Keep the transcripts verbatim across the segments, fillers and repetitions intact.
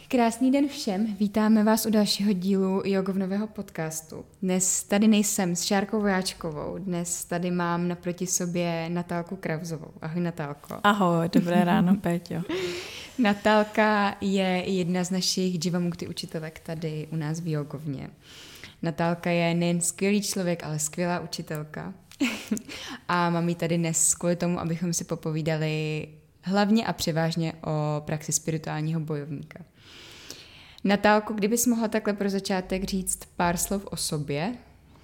Krásný den všem, vítáme vás u dalšího dílu Jogovnového podcastu. Dnes tady nejsem s Šárkou Vojáčkovou, dnes tady mám naproti sobě Natálku Krauzovou. Ahoj Natálko. Ahoj, dobré ráno Péťo. Natálka je jedna z našich Jivamukti učitelek tady u nás v Jogovně. Natálka je nejen skvělý člověk, ale skvělá učitelka. A mám ji tady dnes kvůli tomu, abychom si popovídali hlavně a převážně o praxi spirituálního bojovníka. Natálko, kdybys mohla takhle pro začátek říct pár slov o sobě?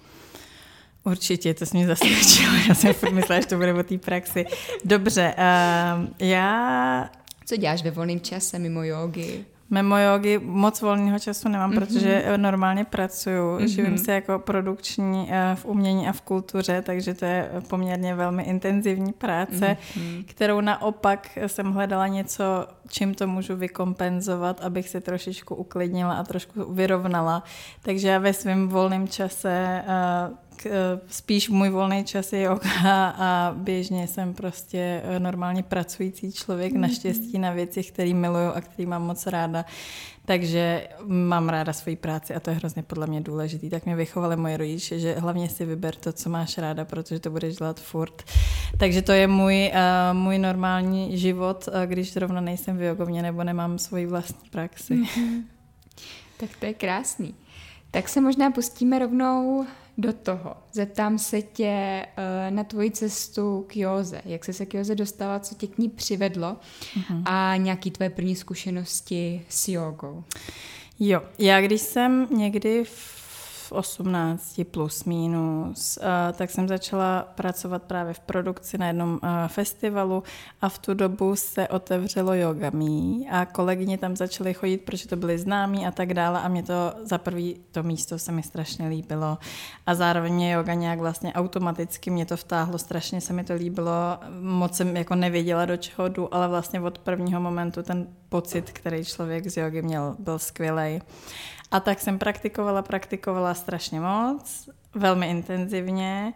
Určitě, to jsi mě zasvědčila. Já jsem furt myslela, že to bude o té praxi. Dobře, uh, já... Co děláš ve volném čase mimo jógy? Mimo jógy moc volného času nemám, mm-hmm. protože normálně pracuju. Mm-hmm. Živím se jako produkční uh, v umění a v kultuře, takže to je poměrně velmi intenzivní práce, mm-hmm. kterou naopak jsem hledala něco, čím to můžu vykompenzovat, abych se trošičku uklidnila a trošku vyrovnala. Takže já ve svém volném čase... Uh, spíš můj volný čas je yoga a běžně jsem prostě normálně pracující člověk, naštěstí na věcech, které miluju a který mám moc ráda. Takže mám ráda svoji práci a to je hrozně podle mě důležitý. Tak mě vychovali moje rodiče, že hlavně si vyber to, co máš ráda, protože to budeš dělat furt. Takže to je můj, uh, můj normální život, uh, když zrovna nejsem v jogovně nebo nemám svoji vlastní praxi. Mm-hmm. Tak to je krásný. Tak se možná pustíme rovnou do toho. Zeptám se tě uh, na tvoji cestu k józe. Jak jsi se k józe dostala, co tě k ní přivedlo uh-huh. a nějaký tvoje první zkušenosti s jógou? Jo, já když jsem někdy v osmnácti plus minus, tak jsem začala pracovat právě v produkci na jednom festivalu a v tu dobu se otevřelo Yogami a kolegyně tam začaly chodit, protože to byly známí a tak dále a mě to za prvý to místo se mi strašně líbilo a zároveň mě yoga nějak vlastně automaticky mě to vtáhlo, strašně se mi to líbilo, moc jsem jako nevěděla, do čeho jdu, ale vlastně od prvního momentu ten pocit, který člověk z jogy měl, byl skvělej. A tak jsem praktikovala, praktikovala strašně moc, velmi intenzivně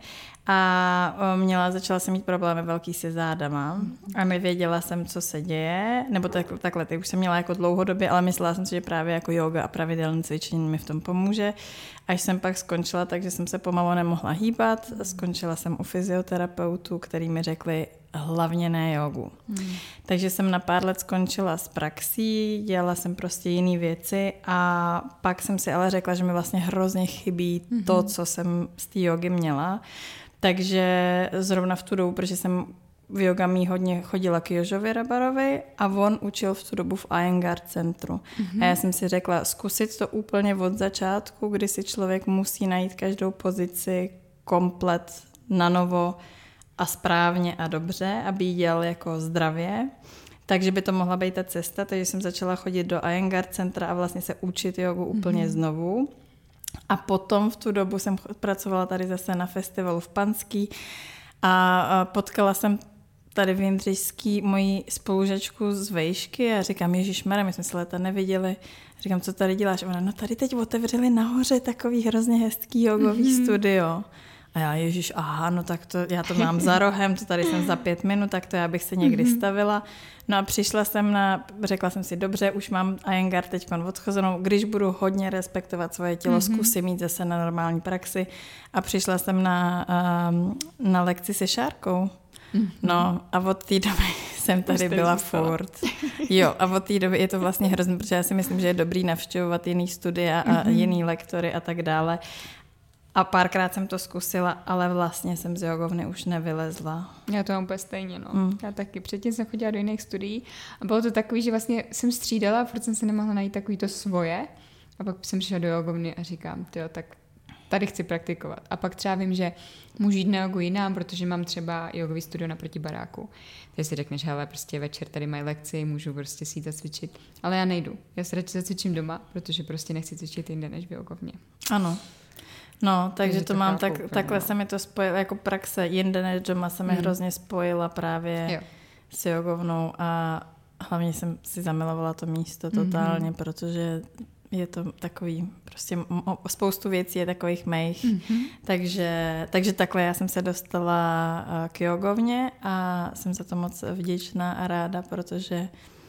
a měla, začala jsem mít problémy velký se zádama a nevěděla jsem, co se děje, nebo tak, takhle, ty už jsem měla jako dlouhodobě, ale myslela jsem si, že právě jako yoga a pravidelné cvičení mi v tom pomůže. Až jsem pak skončila, takže jsem se pomalu nemohla hýbat, skončila jsem u fyzioterapeutů, který mi řekli, hlavně ne jogu. Hmm. Takže jsem na pár let skončila s praxí, dělala jsem prostě jiné věci a pak jsem si ale řekla, že mi vlastně hrozně chybí hmm. to, co jsem z té jogy měla. Takže zrovna v tu dobu, protože jsem v Yogami hodně chodila k Jožovi Rabarovi a on učil v tu dobu v Iyengar centru. Mm-hmm. A já jsem si řekla, zkusit to úplně od začátku, kdy si člověk musí najít každou pozici komplet na novo a správně a dobře, aby ji dělal jako zdravě. Takže by to mohla být ta cesta, takže jsem začala chodit do Iyengar centra a vlastně se učit jogu úplně mm-hmm. znovu. A potom v tu dobu jsem pracovala tady zase na festivalu v Panský a potkala jsem tady v Jindřišský moji spolužačku z vejšky a říkám, ježišmarja, my jsme se leta neviděli. Říkám, co tady děláš? Ona, no tady teď otevřeli nahoře takový hrozně hezký jogový mm-hmm. studio. A já, ježiš, aha, no tak to, já to mám za rohem, to tady jsem za pět minut, tak to já bych se někdy mm-hmm. stavila. No a přišla jsem na, řekla jsem si, dobře, už mám Iyengar teď odchozenou, když budu hodně respektovat svoje tělo, mm-hmm. zkusím jít zase na normální praxi. A přišla jsem na, um, na lekci se Šárkou. Mm-hmm. No a od té doby jsem tady byla furt. Jo, a od té doby je to vlastně hrozně, protože já si myslím, že je dobrý navštěvovat jiný studia a mm-hmm. jiný lektory a tak dále. A párkrát jsem to zkusila, ale vlastně jsem z jogovny už nevylezla. Já to mám úplně stejně, no. Mm. Já taky. Předtím jsem chodila do jiných studií a bylo to takový, že vlastně jsem střídala, protože jsem se nemohla najít takový to svoje. A pak jsem přišla do jogovny a říkám, tyjo, tak tady chci praktikovat. A pak třeba vím, že můžu jít na jogu jinam, protože mám třeba jogový studio naproti baráku. Takže si řekneš, hele, prostě večer tady mají lekci, můžu prostě si jít zacvičit. Ale já nejdu. Já se radši zacvičím doma, protože prostě nechci cvičit jinde než v jogovně. Ano. No, takže, takže to, to mám tak, úplně, takhle no. se mi to spojilo, jako praxe jinde než doma se mi mm. hrozně spojila právě jo. s jogovnou a hlavně jsem si zamilovala to místo totálně, mm-hmm. protože je to takový, prostě spoustu věcí je takových mých, mm-hmm. takže, takže takhle já jsem se dostala k jogovně a jsem za to moc vděčná a ráda, protože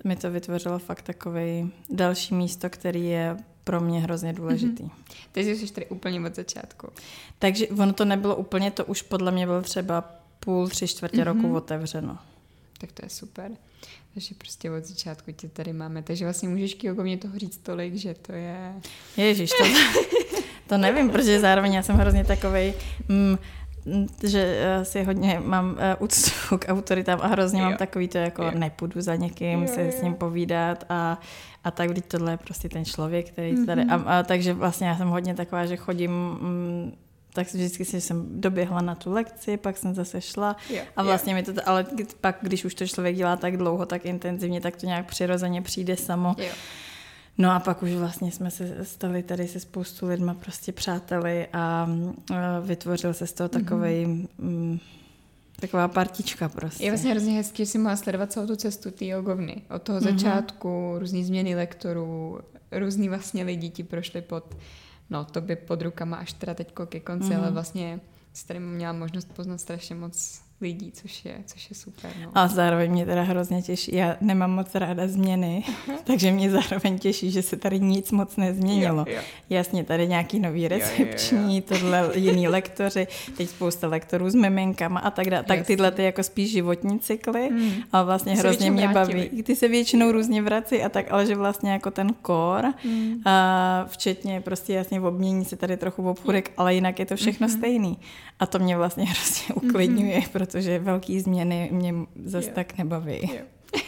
mi to vytvořilo fakt takový další místo, který je pro mě hrozně důležitý. Mm-hmm. Takže jsi tady úplně od začátku. Takže ono to nebylo úplně, to už podle mě bylo třeba půl, tři čtvrtě mm-hmm. roku otevřeno. Tak to je super. Takže prostě od začátku tě tady máme. Takže vlastně můžeš Kyogo mě toho říct tolik, že to je... Ježiš, to, to nevím, protože zároveň já jsem hrozně takovej... Mm, že si hodně mám úctu k autoritám a hrozně jo. mám takový to, jako jo. nepůjdu za někým jo, se jo. s ním povídat a, a tak, když tohle je prostě ten člověk, který mm-hmm. tady... A, a takže vlastně já jsem hodně taková, že chodím... Mm, tak vždycky si jsem doběhla na tu lekci, pak jsem zase šla jo, a vlastně jo. mi to... Ale pak, když už to člověk dělá tak dlouho, tak intenzivně, tak to nějak přirozeně přijde samo. Jo. No a pak už vlastně jsme se stali tady se spoustu lidma prostě přáteli a vytvořil se z toho takovej, mm-hmm. m, taková partička prostě. Je vlastně hrozně hezký, že si mohla sledovat celou tu cestu té jogovny. Od toho mm-hmm. začátku, různý změny lektorů, různý vlastně lidi ti prošli pod, no tobě pod rukama až teda teďko ke konci, mm-hmm. ale vlastně jsi tady měla možnost poznat strašně moc lidí, což je, což je super. No. A zároveň mě teda hrozně těší, já nemám moc ráda změny, takže mě zároveň těší, že se tady nic moc nezměnilo. Jo, jo. Jasně, tady nějaký nový recepční, jo, jo, jo. tohle jiný lektoři, teď spousta lektorů s miminkama a tak dále. Tak tyhle ty jako spíš životní cykly hmm. a vlastně se hrozně mě vrátili. Baví. Ty se většinou různě vrací a tak, ale že vlastně jako ten core, hmm. a včetně prostě jasně v obmění se tady trochu v obchůdek, ale jinak je to všechno hmm. stejný. A to mě vlastně hrozně uklidňuje, mm-hmm. protože velký změny mě zase jo. tak nebaví. Jo.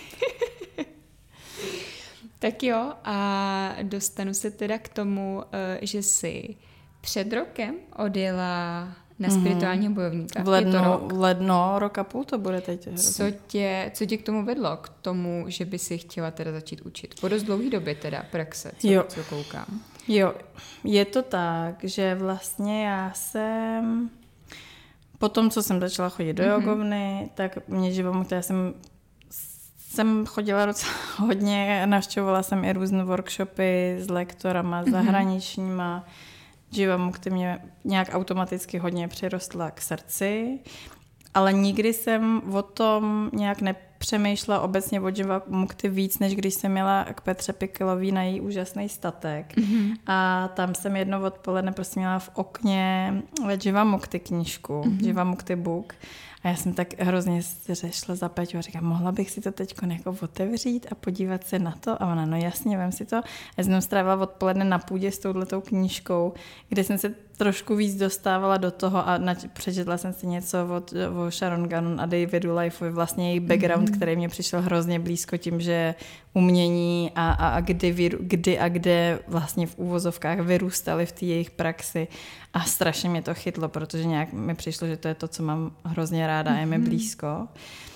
Tak jo, a dostanu se teda k tomu, že jsi před rokem odjela na mm-hmm. spirituálního bojovníka. V lednu, rok. ledno, rok a půl to bude teď. Co tě, co tě k tomu vedlo? K tomu, že by si chtěla teda začít učit? Po dost dlouhý době teda praxe, co, jo. co koukám. Jo, je to tak, že vlastně já jsem... Po tom, co jsem začala chodit do mm-hmm. jogovny, tak mě Jivamukta, já jsem, jsem chodila docela hodně, navštěvovala jsem i různé workshopy s lektorama, mm-hmm. zahraničníma. Jivamukta mě nějak automaticky hodně přirostla k srdci, ale nikdy jsem o tom nějak nepřemýšlela obecně od Jivamukty víc, než když jsem měla k Petře Pikilový na její úžasný statek. Mm-hmm. A tam jsem jedno odpoledne prostě měla v okně Jivamukty knížku, mm-hmm. Jivamukty book. A já jsem tak hrozně šla za Peťu a říkám, mohla bych si to teď jako otevřít a podívat se na to? A ona, no jasně, vem si to. A já jsem strávila odpoledne na půdě s touhletou knížkou, kde jsem se trošku víc dostávala do toho a nač- přečetla jsem si něco od, o Sharon Gannon a Davidu Lifeovi, vlastně její background, mm-hmm. který mě přišel hrozně blízko tím, že umění a, a, a kdy, vyru, kdy a kde vlastně v úvozovkách vyrůstaly v té jejich praxi a strašně mě to chytlo, protože nějak mi přišlo, že to je to, co mám hrozně ráda a je mi blízko.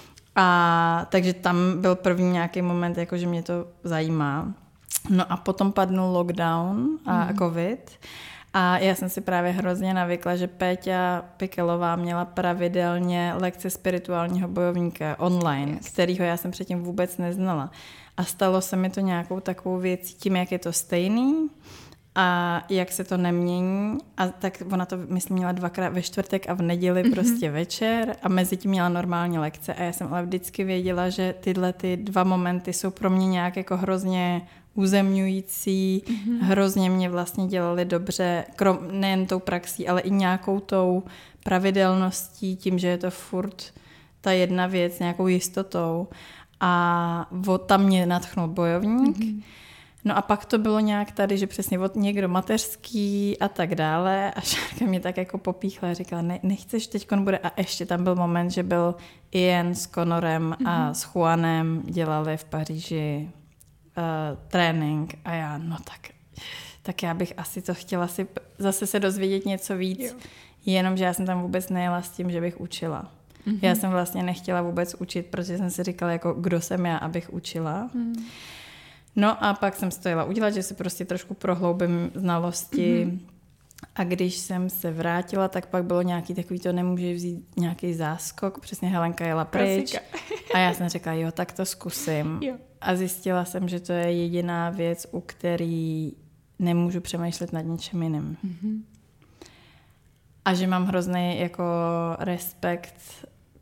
A takže tam byl první nějaký moment, jako že mě to zajímá. No a potom padnul lockdown a mm. covid. A já jsem si právě hrozně navykla, že Péťa Pikelová měla pravidelně lekce spirituálního bojovníka online, yes. kterýho já jsem předtím vůbec neznala. A stalo se mi to nějakou takovou věcí tím, jak je to stejný a jak se to nemění. A tak ona to, myslím, měla dvakrát ve čtvrtek a v neděli mm-hmm. prostě večer a mezi tím měla normální lekce. A já jsem ale vždycky věděla, že tyhle ty dva momenty jsou pro mě nějak jako hrozně uzemňující, mm-hmm. hrozně mě vlastně dělali dobře, krom, nejen tou praxí, ale i nějakou tou pravidelností, tím, že je to furt ta jedna věc, nějakou jistotou. A o, tam mě nadchnul bojovník. Mm-hmm. No a pak to bylo nějak tady, že přesně od někdo mateřský a tak dále a Šárka mě tak jako popíchla a říkala, ne, nechceš, teďkon bude. A ještě tam byl moment, že byl Ian s Conorem mm-hmm. a s Juanem dělali v Paříži Uh, trénink a já, no tak, tak já bych asi to chtěla si zase se dozvědět něco víc, jo. Jenomže já jsem tam vůbec nejela s tím, že bych učila. Mm-hmm. Já jsem vlastně nechtěla vůbec učit, protože jsem si říkala, jako kdo jsem já, abych učila. Mm. No a pak jsem stojila udělat, že si prostě trošku prohloubím znalosti mm-hmm. a když jsem se vrátila, tak pak bylo nějaký takový, to nemůže vzít nějaký záskok, přesně Helenka jela pryč a já jsem řekla, jo, tak to zkusím. Jo. A zjistila jsem, že to je jediná věc, u který nemůžu přemýšlet nad ničím jiným. Mm-hmm. A že mám hrozný jako respekt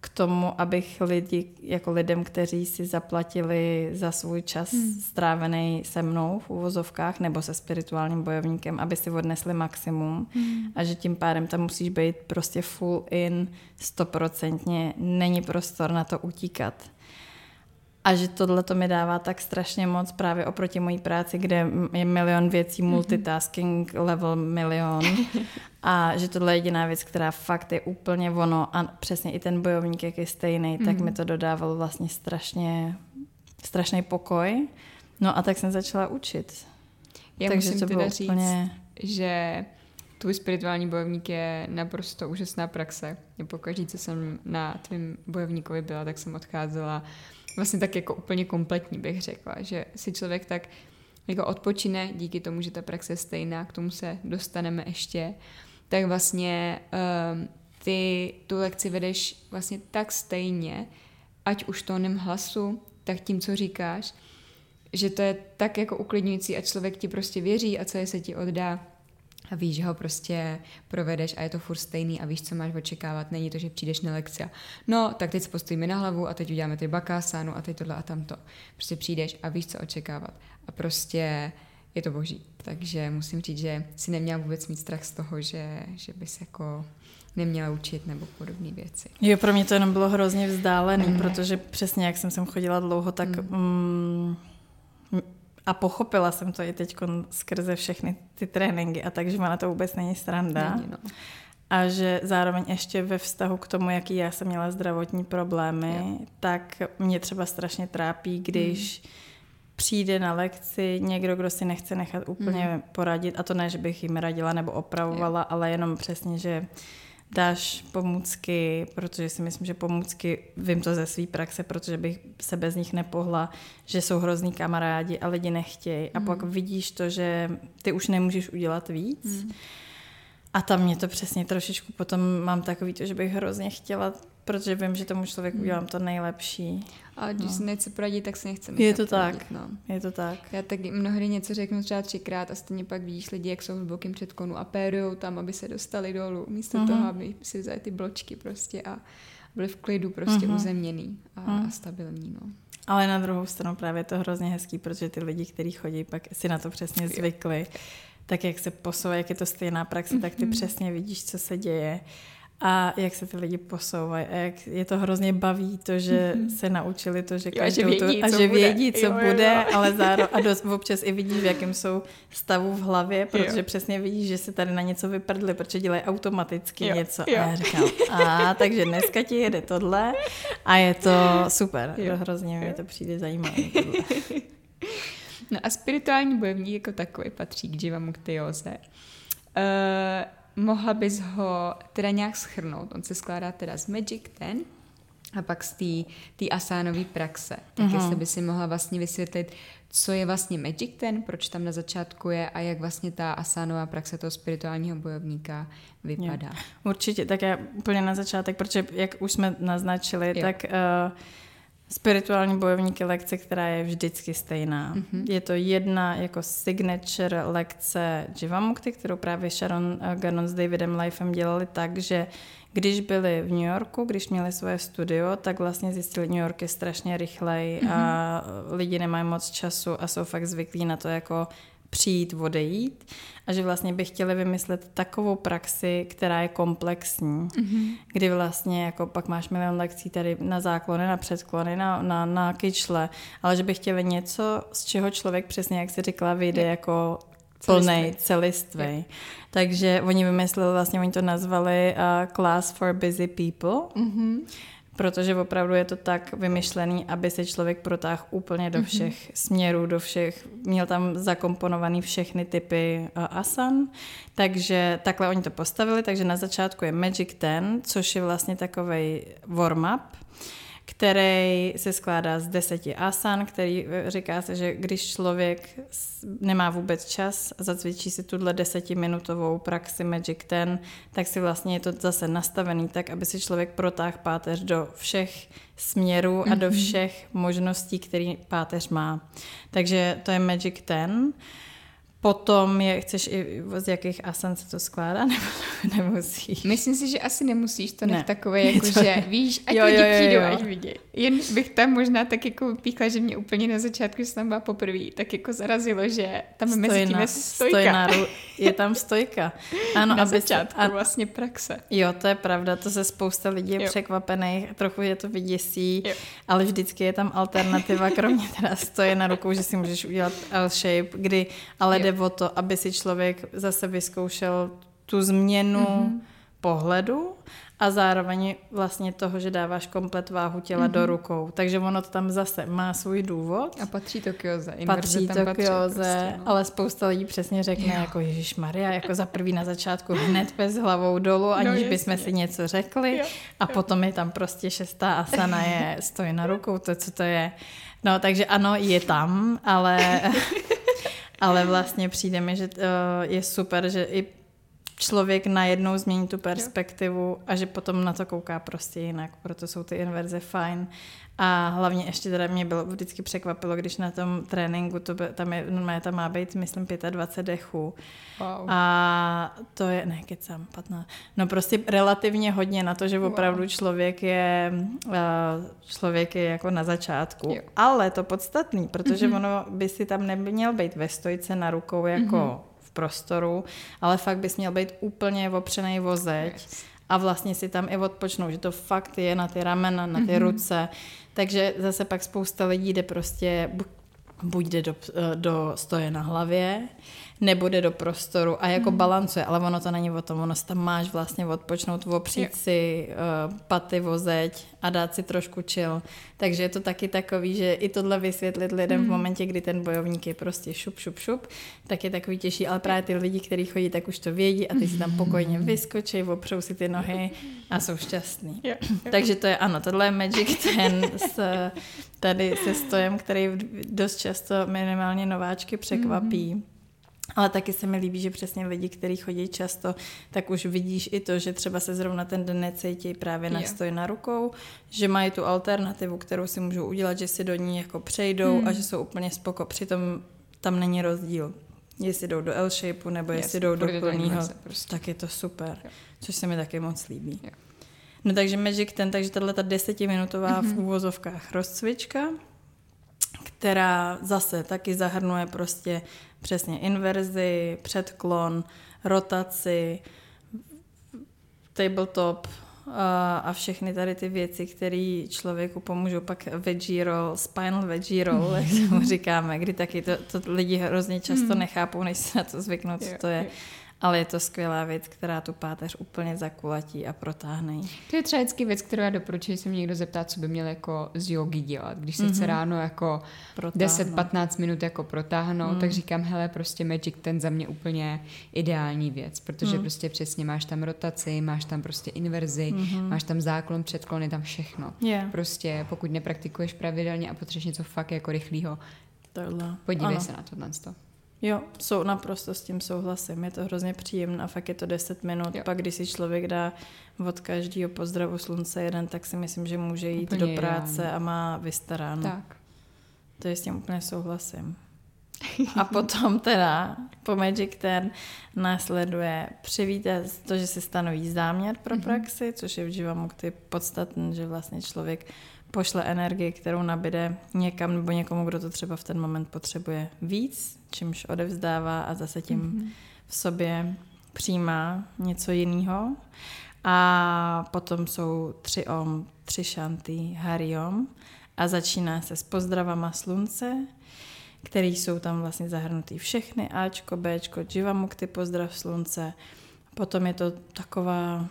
k tomu, abych lidi, jako lidem, kteří si zaplatili za svůj čas hmm. strávený se mnou v uvozovkách nebo se spirituálním bojovníkem, aby si odnesli maximum hmm. a že tím pádem tam musíš být prostě full in, stoprocentně, není prostor na to utíkat. A že tohle to mi dává tak strašně moc právě oproti mojí práci, kde je milion věcí, multitasking level milion. A že tohle je jediná věc, která fakt je úplně ono. A přesně i ten bojovník, jak je stejný, tak mi to dodávalo vlastně strašně, strašný pokoj. No a tak jsem začala učit. Já Takže musím to teda říct, úplně... že tvůj spirituální bojovník je naprosto úžasná praxe. Pokaždé, co jsem na tvým bojovníkovi byla, tak jsem odcházela vlastně tak jako úplně kompletní, bych řekla, že si člověk tak jako odpočine díky tomu, že ta praxe je stejná, k tomu se dostaneme ještě, tak vlastně um, ty tu lekci vedeš vlastně tak stejně, ať už tónem hlasu, tak tím, co říkáš, že to je tak jako uklidňující a člověk ti prostě věří a celé se ti oddá. A víš, že ho prostě provedeš a je to furt stejný a víš, co máš očekávat. Není to, že přijdeš na lekci a no, tak teď se postojíme na hlavu a teď uděláme ty bakásánu a teď tohle a tamto. Prostě přijdeš a víš, co očekávat. A prostě je to boží. Takže musím říct, že si neměla vůbec mít strach z toho, že, že bys jako neměla učit nebo podobné věci. Jo, pro mě to jenom bylo hrozně vzdálený, mm. protože přesně jak jsem sem chodila dlouho, tak... Mm. Mm, A pochopila jsem to i teď skrze všechny ty tréninky a takže ona to vůbec není sranda. Není, no. A že zároveň ještě ve vztahu k tomu, jaký já jsem měla zdravotní problémy, jo. tak mě třeba strašně trápí, když mm. přijde na lekci někdo, kdo si nechce nechat úplně mm. poradit. A to ne, že bych jim radila nebo opravovala, jo. ale jenom přesně, že dáš pomůcky, protože si myslím, že pomůcky, vím to ze své praxe, protože bych se bez nich nepohla, že jsou hrozný kamarádi a lidi nechtějí. A mm. pak vidíš to, že ty už nemůžeš udělat víc. Mm. A tam mě to přesně trošičku potom mám takový to, že bych hrozně chtěla, protože vím, že tomu člověku udělám to nejlepší. A když no. se nechce poradit, tak se nechce Je to poradit, tak, no. je to tak. Já taky mnohdy něco řeknu třeba třikrát a stejně pak vidíš lidi, jak jsou v hlubokým předklonu a pérujou tam, aby se dostali dolů, místo uh-huh. toho, aby si vzali ty bločky prostě a byli v klidu prostě uh-huh. uzemněný a, uh-huh. a stabilní, no. Ale na druhou stranu právě je to hrozně hezký, protože ty lidi, kteří chodí, pak si na to přesně zvykli. Tak jak se posouvají, jak je to stejná praxe, tak ty přesně vidíš, co se děje a jak se ty lidi posouvají a jak je to hrozně baví to, že mm-hmm. se naučili to, že každou jo, a že vědí, tu, a co že bude. vědí, co jo, bude, jo. ale zároveň a dost občas i vidíš, v jakém jsou stavu v hlavě, protože jo. přesně vidíš, že se tady na něco vyprdli, protože dělají automaticky jo, něco. Jo. A já říkám, a takže dneska ti jede tohle a je to super. Jo. Hrozně mi to přijde zajímavé. No a spirituální bojovník jako takový patří k Jivamukti józe. Uh, mohla bys ho teda nějak shrnout. On se skládá teda z Magic Ten a pak z té asánové praxe. Tak uh-huh. jestli by si mohla vlastně vysvětlit, co je vlastně Magic Ten, proč tam na začátku je a jak vlastně ta asánová praxe toho spirituálního bojovníka vypadá. Jo. Určitě, tak já úplně na začátek, protože jak už jsme naznačili, jo. tak... Uh, spirituální bojovník je lekce, která je vždycky stejná. Mm-hmm. Je to jedna jako signature lekce Jivamukti, kterou právě Sharon Gannon s Davidem Lifem dělali tak, že když byli v New Yorku, když měli svoje studio, tak vlastně zjistili, New York je strašně rychlej mm-hmm. a lidi nemají moc času a jsou fakt zvyklí na to jako přijít, odejít a že vlastně by chtěli vymyslet takovou praxi, která je komplexní, mm-hmm. kdy vlastně jako pak máš milion lekcí tady na záklony, na předklony, na, na, na kyčle, ale že by chtěli něco, z čeho člověk přesně, jak jsi říkala, vyjde je. jako plnej, celistvej. Takže oni vymysleli, vlastně oni to nazvali uh, Class for Busy People, mm-hmm. protože opravdu je to tak vymyšlený, aby se člověk protáhl úplně do všech mm-hmm. směrů, do všech, měl tam zakomponovaný všechny typy uh, asan, takže takhle oni to postavili, takže na začátku je Magic Ten, což je vlastně takovej warm-up, který se skládá z deseti asan, který říká se, že když člověk nemá vůbec čas a zacvičí si tuhle desetiminutovou praxi Magic Ten, tak si vlastně je to zase nastavený tak, aby si člověk protáhl páteř do všech směrů a do všech možností, který páteř má. Takže to je Magic Ten. Potom je, chceš i z jakých asan se to skládá, nebo nemusíš? Myslím si, že asi nemusíš, to nech ne. takové, jako že víš, ať jo, lidi jo, jo, přijdou, jo. ať vidí. Jen bych tam možná tak jako píchla, že mě úplně na začátku, když jsem tam byla poprvé, tak jako zarazilo, že tam je mezi tím je stojka. Stojna, je tam stojka. Ano, na aby začátku se, a, vlastně praxe. Jo, to je pravda, to se spousta lidí je jo. překvapených, trochu je to vyděsí, jo. ale vždycky je tam alternativa, kromě teda stoje na rukou, že si můžeš udělat L-shape, kdy ale jo. jde o to, aby si člověk zase vyzkoušel tu změnu mm-hmm. pohledu a zároveň vlastně toho, že dáváš komplet váhu těla mm-hmm. do rukou. Takže ono to tam zase má svůj důvod. A patří to kjóze. Patří to kjóze, prostě, no. Ale spousta lidí přesně řekne, jo. jako Ježišmarja, jako za prvý na začátku hned bez hlavou dolů, aniž no, bychom si něco řekli. Jo. A jo. potom je tam prostě šestá asana, je stojí na rukou, to, co to je. No, takže ano, je tam, ale... Ale vlastně přijde mi, že je super, že i člověk najednou změní tu perspektivu a že potom na to kouká prostě jinak, proto jsou ty inverze fajn. A hlavně ještě teda mě bylo vždycky překvapilo, když na tom tréninku, to by, tam, je, normálně tam má být, myslím, dvacet pět dechů. Wow. A to je, ne, kecám, patnáct. No prostě relativně hodně na to, že opravdu wow. člověk je člověk je jako na začátku. Jo. Ale to podstatný, protože mm-hmm. ono by si tam neměl být ve stojce na rukou jako mm-hmm. v prostoru, ale fakt bys měl být úplně opřenej o zeď. Yes. A vlastně si tam i odpočnou, že to fakt je na ty ramena, na ty mm-hmm. ruce. Takže zase pak spousta lidí jde prostě, buď jde do, do stoje na hlavě, nebo jde do prostoru a jako mm. balancuje, ale ono to není o tom, ono si tam máš vlastně odpočnout, opřít jo. si uh, paty o zeď a dát si trošku chill. Takže je to taky takový, že i tohle vysvětlit lidem mm. v momentě, kdy ten bojovník je prostě šup, šup, šup, tak je takový těžší, ale právě ty lidi, kteří chodí, tak už to vědí a ty si tam pokojně vyskočí, opřou si ty nohy a jsou šťastní. Jo. Jo. Takže to je, ano, tohle je Magic ten s, tady se stojem, který dost často minimálně nováčky překvapí. Mm. Ale taky se mi líbí, že přesně lidi, kteří chodí často, tak už vidíš i to, že třeba se zrovna ten den necítí právě na stoj na rukou, že mají tu alternativu, kterou si můžou udělat, že si do ní jako přejdou hmm. a že jsou úplně spoko. Přitom tam není rozdíl. Jestli jdou do L-shapeu nebo yes, jestli jdou do plného, prostě. Tak je to super. Jo. Což se mi taky moc líbí. Jo. No takže Magic ten, takže tato desetiminutová mm-hmm. v úvozovkách rozcvička, která zase taky zahrnuje prostě přesně inverzi, předklon, rotaci, tabletop a, a všechny tady ty věci, které člověku pomůžou. Pak veggie roll, spinal veggie roll, jak tomu říkáme, kdy taky to, to lidi hrozně často nechápou, než se na to zvyknout, co to je. Ale je to skvělá věc, která tu páteř úplně zakulatí a protáhne. To je třeba vždycky věc, kterou já doporučuji, když se mě někdo zeptá, co by měl jako z jogy dělat. Když se mm-hmm. chce ráno jako deset patnáct minut jako protáhnout, mm. tak říkám, hele, prostě Magic ten za mě úplně ideální věc, protože mm. prostě přesně máš tam rotaci, máš tam prostě inverzi, mm-hmm. máš tam záklon, předklon, je tam všechno. Yeah. Prostě pokud nepraktikuješ pravidelně a potřebuješ něco fakt jako rychlýho, Tohle. podívej ano. se na tohle. Jo, jsou, naprosto s tím souhlasím, je to hrozně příjemné a fakt je to deset minut, jo. Pak když si člověk dá od každého pozdravu slunce jeden, tak si myslím, že může jít úplně do práce ideální. A má vystaráno. Tak. To je s tím úplně souhlasím. A potom teda po Magic ten následuje přivítat to, že se stanoví záměr pro praxi, což je v Jivamukti podstatné, že vlastně člověk pošle energii, kterou nabíde někam nebo někomu, kdo to třeba v ten moment potřebuje víc, čímž odevzdává a zase tím mm-hmm. v sobě přijímá něco jiného. A potom jsou tři om, tři šanty, Hari Om a začíná se s pozdravama slunce, které jsou tam vlastně zahrnutý všechny, Ačko, Bčko, Jivamukti, pozdrav slunce. Potom je to taková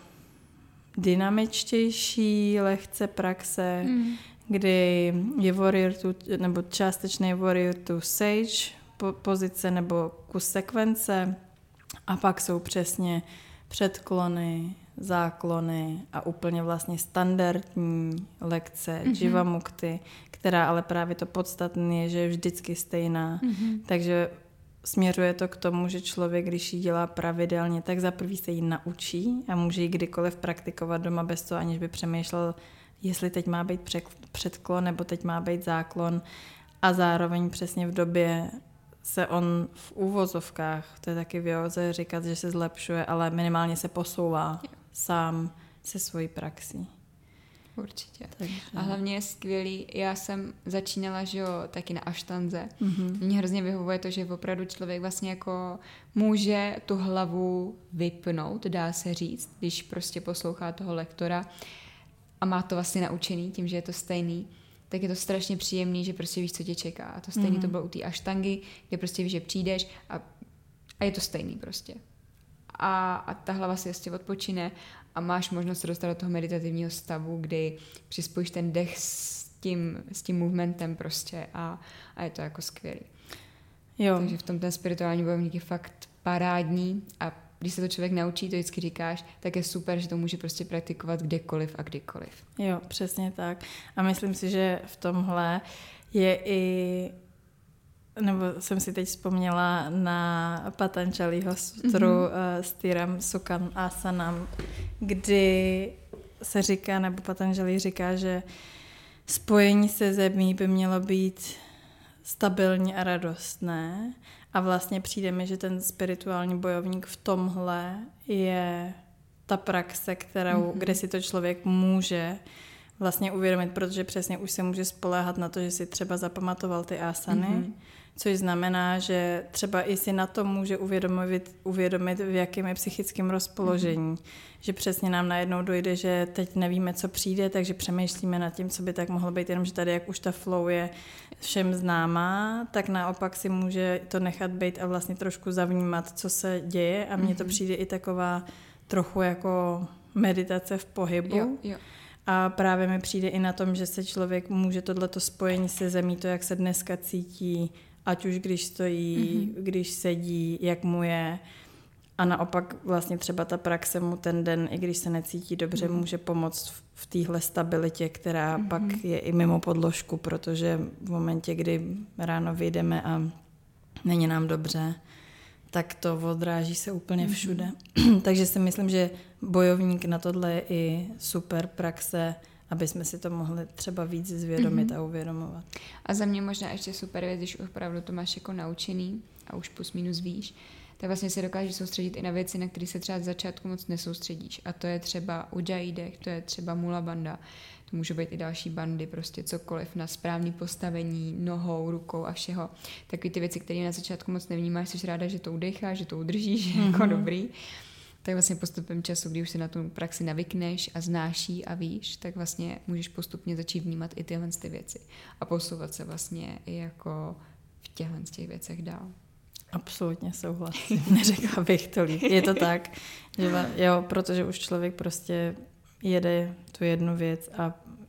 dynamičtější, lehce praxe, mm. kdy je warrior to, nebo částečný warrior to sage po, pozice nebo kus sekvence a pak jsou přesně předklony, záklony a úplně vlastně standardní lekce mm-hmm. Jivamukti, která ale právě to podstatné je, že je vždycky stejná. Mm-hmm. Takže směřuje to k tomu, že člověk, když ji dělá pravidelně, tak za prvý se ji naučí a může ji kdykoliv praktikovat doma bez toho, aniž by přemýšlel, jestli teď má být předklon nebo teď má být záklon a zároveň přesně v době se on v úvozovkách, to je taky v józe říkat, že se zlepšuje, ale minimálně se posouvá jo. sám se svojí praxí. Určitě. Takže. A hlavně je skvělý, já jsem začínala, že jo, taky na aštanze. Mm-hmm. Mně hrozně vyhovuje to, že opravdu člověk vlastně jako může tu hlavu vypnout, dá se říct, když prostě poslouchá toho lektora a má to vlastně naučený tím, že je to stejný, tak je to strašně příjemný, že prostě víš, co tě čeká. A to stejný mm-hmm. to bylo u té aštangy, kde prostě víš, že přijdeš a, a je to stejný prostě. A, a ta hlava si ještě odpočine a máš možnost se dostat do toho meditativního stavu, kdy přispojíš ten dech s tím, s tím movementem prostě a, a je to jako skvělý. Jo. Takže v tom ten spirituální bojovník je fakt parádní a když se to člověk naučí, to vždycky říkáš, tak je super, že to může prostě praktikovat kdekoliv a kdykoliv. Jo, přesně tak. A myslím si, že v tomhle je i, nebo jsem si teď vzpomněla na Patanjaliho sutru mm-hmm. s Tiram Sukhan Asanam, kdy se říká, nebo Patanjali říká, že spojení se zemí by mělo být stabilní a radostné. A vlastně přijde mi, že ten spirituální bojovník v tomhle je ta praxe, kterou, mm-hmm. kde si to člověk může vlastně uvědomit, protože přesně už se může spoléhat na to, že si třeba zapamatoval ty asany, mm-hmm. což znamená, že třeba i si na to může uvědomit, uvědomit v jakém je psychickém rozpoložení. Mm-hmm. Že přesně nám najednou dojde, že teď nevíme, co přijde, takže přemýšlíme nad tím, co by tak mohlo být, jenomže tady, jak už ta flow je všem známá, tak naopak si může to nechat být a vlastně trošku zavnímat, co se děje a mně mm-hmm. to přijde i taková trochu jako meditace v pohybu. Jo, jo. A právě mi přijde i na tom, že se člověk může tohleto spojení se zemí, to, jak se dneska cítí, ať už když stojí, mm-hmm. když sedí, jak mu je. A naopak vlastně třeba ta praxe mu ten den, i když se necítí dobře, mm-hmm. může pomoct v, v téhle stabilitě, která mm-hmm. pak je i mimo podložku, protože v momentě, kdy ráno vyjdeme a není nám dobře, tak to odráží se úplně všude. Mm-hmm. Takže si myslím, že bojovník na tohle je i super praxe, aby jsme si to mohli třeba víc zvědomit mm-hmm. a uvědomovat. A za mě možná ještě super věc, když opravdu to máš jako naučený a už plus minus víš, tak vlastně se dokážeš soustředit i na věci, na které se třeba z začátku moc nesoustředíš. A to je třeba ujjayi-dech, to je třeba mula banda, to můžou být i další bandy, prostě cokoliv na správné postavení, nohou, rukou a všeho. Takový ty věci, které na začátku moc nevnímáš, jsi ráda, že to udecháš, že to udržíš, mm-hmm. jako dobrý. Tak vlastně postupem času, kdy už se na tu praxi navykneš a znáš ji a víš, tak vlastně můžeš postupně začít vnímat i tyhle ty věci a posouvat se vlastně i jako v těchhle těch věcech dál. Absolutně souhlasím. Neřekla bych to líp. Je to tak, že jo, protože už člověk prostě jede tu jednu věc a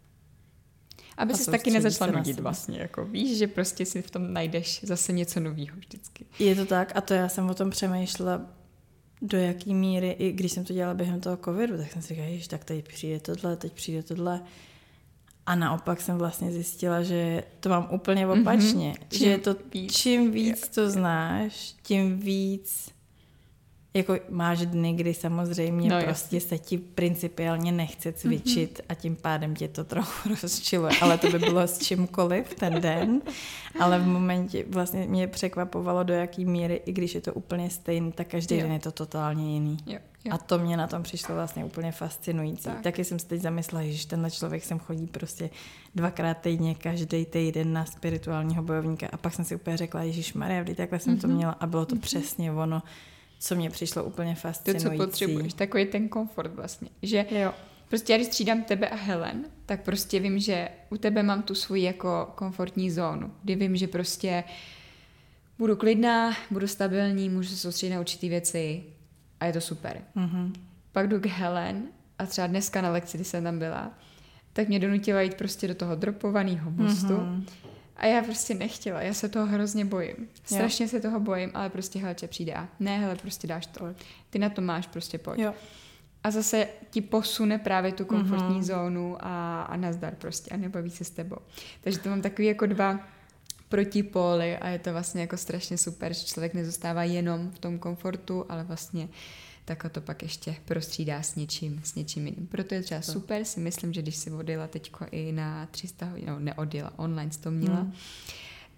aby se taky nezačala nudit vlastně, jako víš, že prostě si v tom najdeš zase něco nového vždycky. Je to tak a to já jsem o tom přemýšlela, do jaký míry, i když jsem to dělala během toho covidu, tak jsem si říkala, jež, tak teď přijde tohle, teď přijde tohle. A naopak jsem vlastně zjistila, že to mám úplně opačně. Mm-hmm. Že je to, víc, čím víc to znáš, tím víc jako máš dny, kdy samozřejmě no, prostě jasný. se ti principiálně nechce cvičit mm-hmm. a tím pádem tě to trochu rozčiluje, ale to by bylo s čímkoliv ten den, ale v momentě vlastně mě překvapovalo, do jaký míry, i když je to úplně stejný, tak každý jo. den je to totálně jiný. Jo, jo. A to mě na tom přišlo vlastně úplně fascinující. Tak. Taky jsem si teď zamyslela, že tenhle člověk sem chodí prostě dvakrát týdně, každý týden na spirituálního bojovníka a pak jsem si úplně řekla, ježišmarja, vždy takhle jsem mm-hmm. to měla a bylo to mm-hmm. přesně ono, co mě přišlo úplně fascinující. To, co potřebuješ, takový ten komfort vlastně. Že jo. Prostě já když střídám tebe a Helen, tak prostě vím, že u tebe mám tu svůj jako komfortní zónu, kdy vím, že prostě budu klidná, budu stabilní, můžu se soustředit na určitý věci a je to super. Mm-hmm. Pak jdu k Helen a třeba dneska na lekci, kdy jsem tam byla, tak mě donutila jít prostě do toho dropovaného mostu. Mm-hmm. A já prostě nechtěla, já se toho hrozně bojím. Strašně jo. se toho bojím, ale prostě helče přijde a ne, hele, prostě dáš to. Ty na to máš, prostě pojď. Jo. A zase ti posune právě tu komfortní mm-hmm. zónu a, a nazdar prostě a nebaví se s tebou. Takže to mám takový jako dva protipóly a je to vlastně jako strašně super, že člověk nezůstává jenom v tom komfortu, ale vlastně tak to pak ještě prostřídá s něčím, s něčím jiným. Proto je třeba super, si myslím, že když si odjela teďko i na tři sta hodin, no neodjela, online to měla, mm.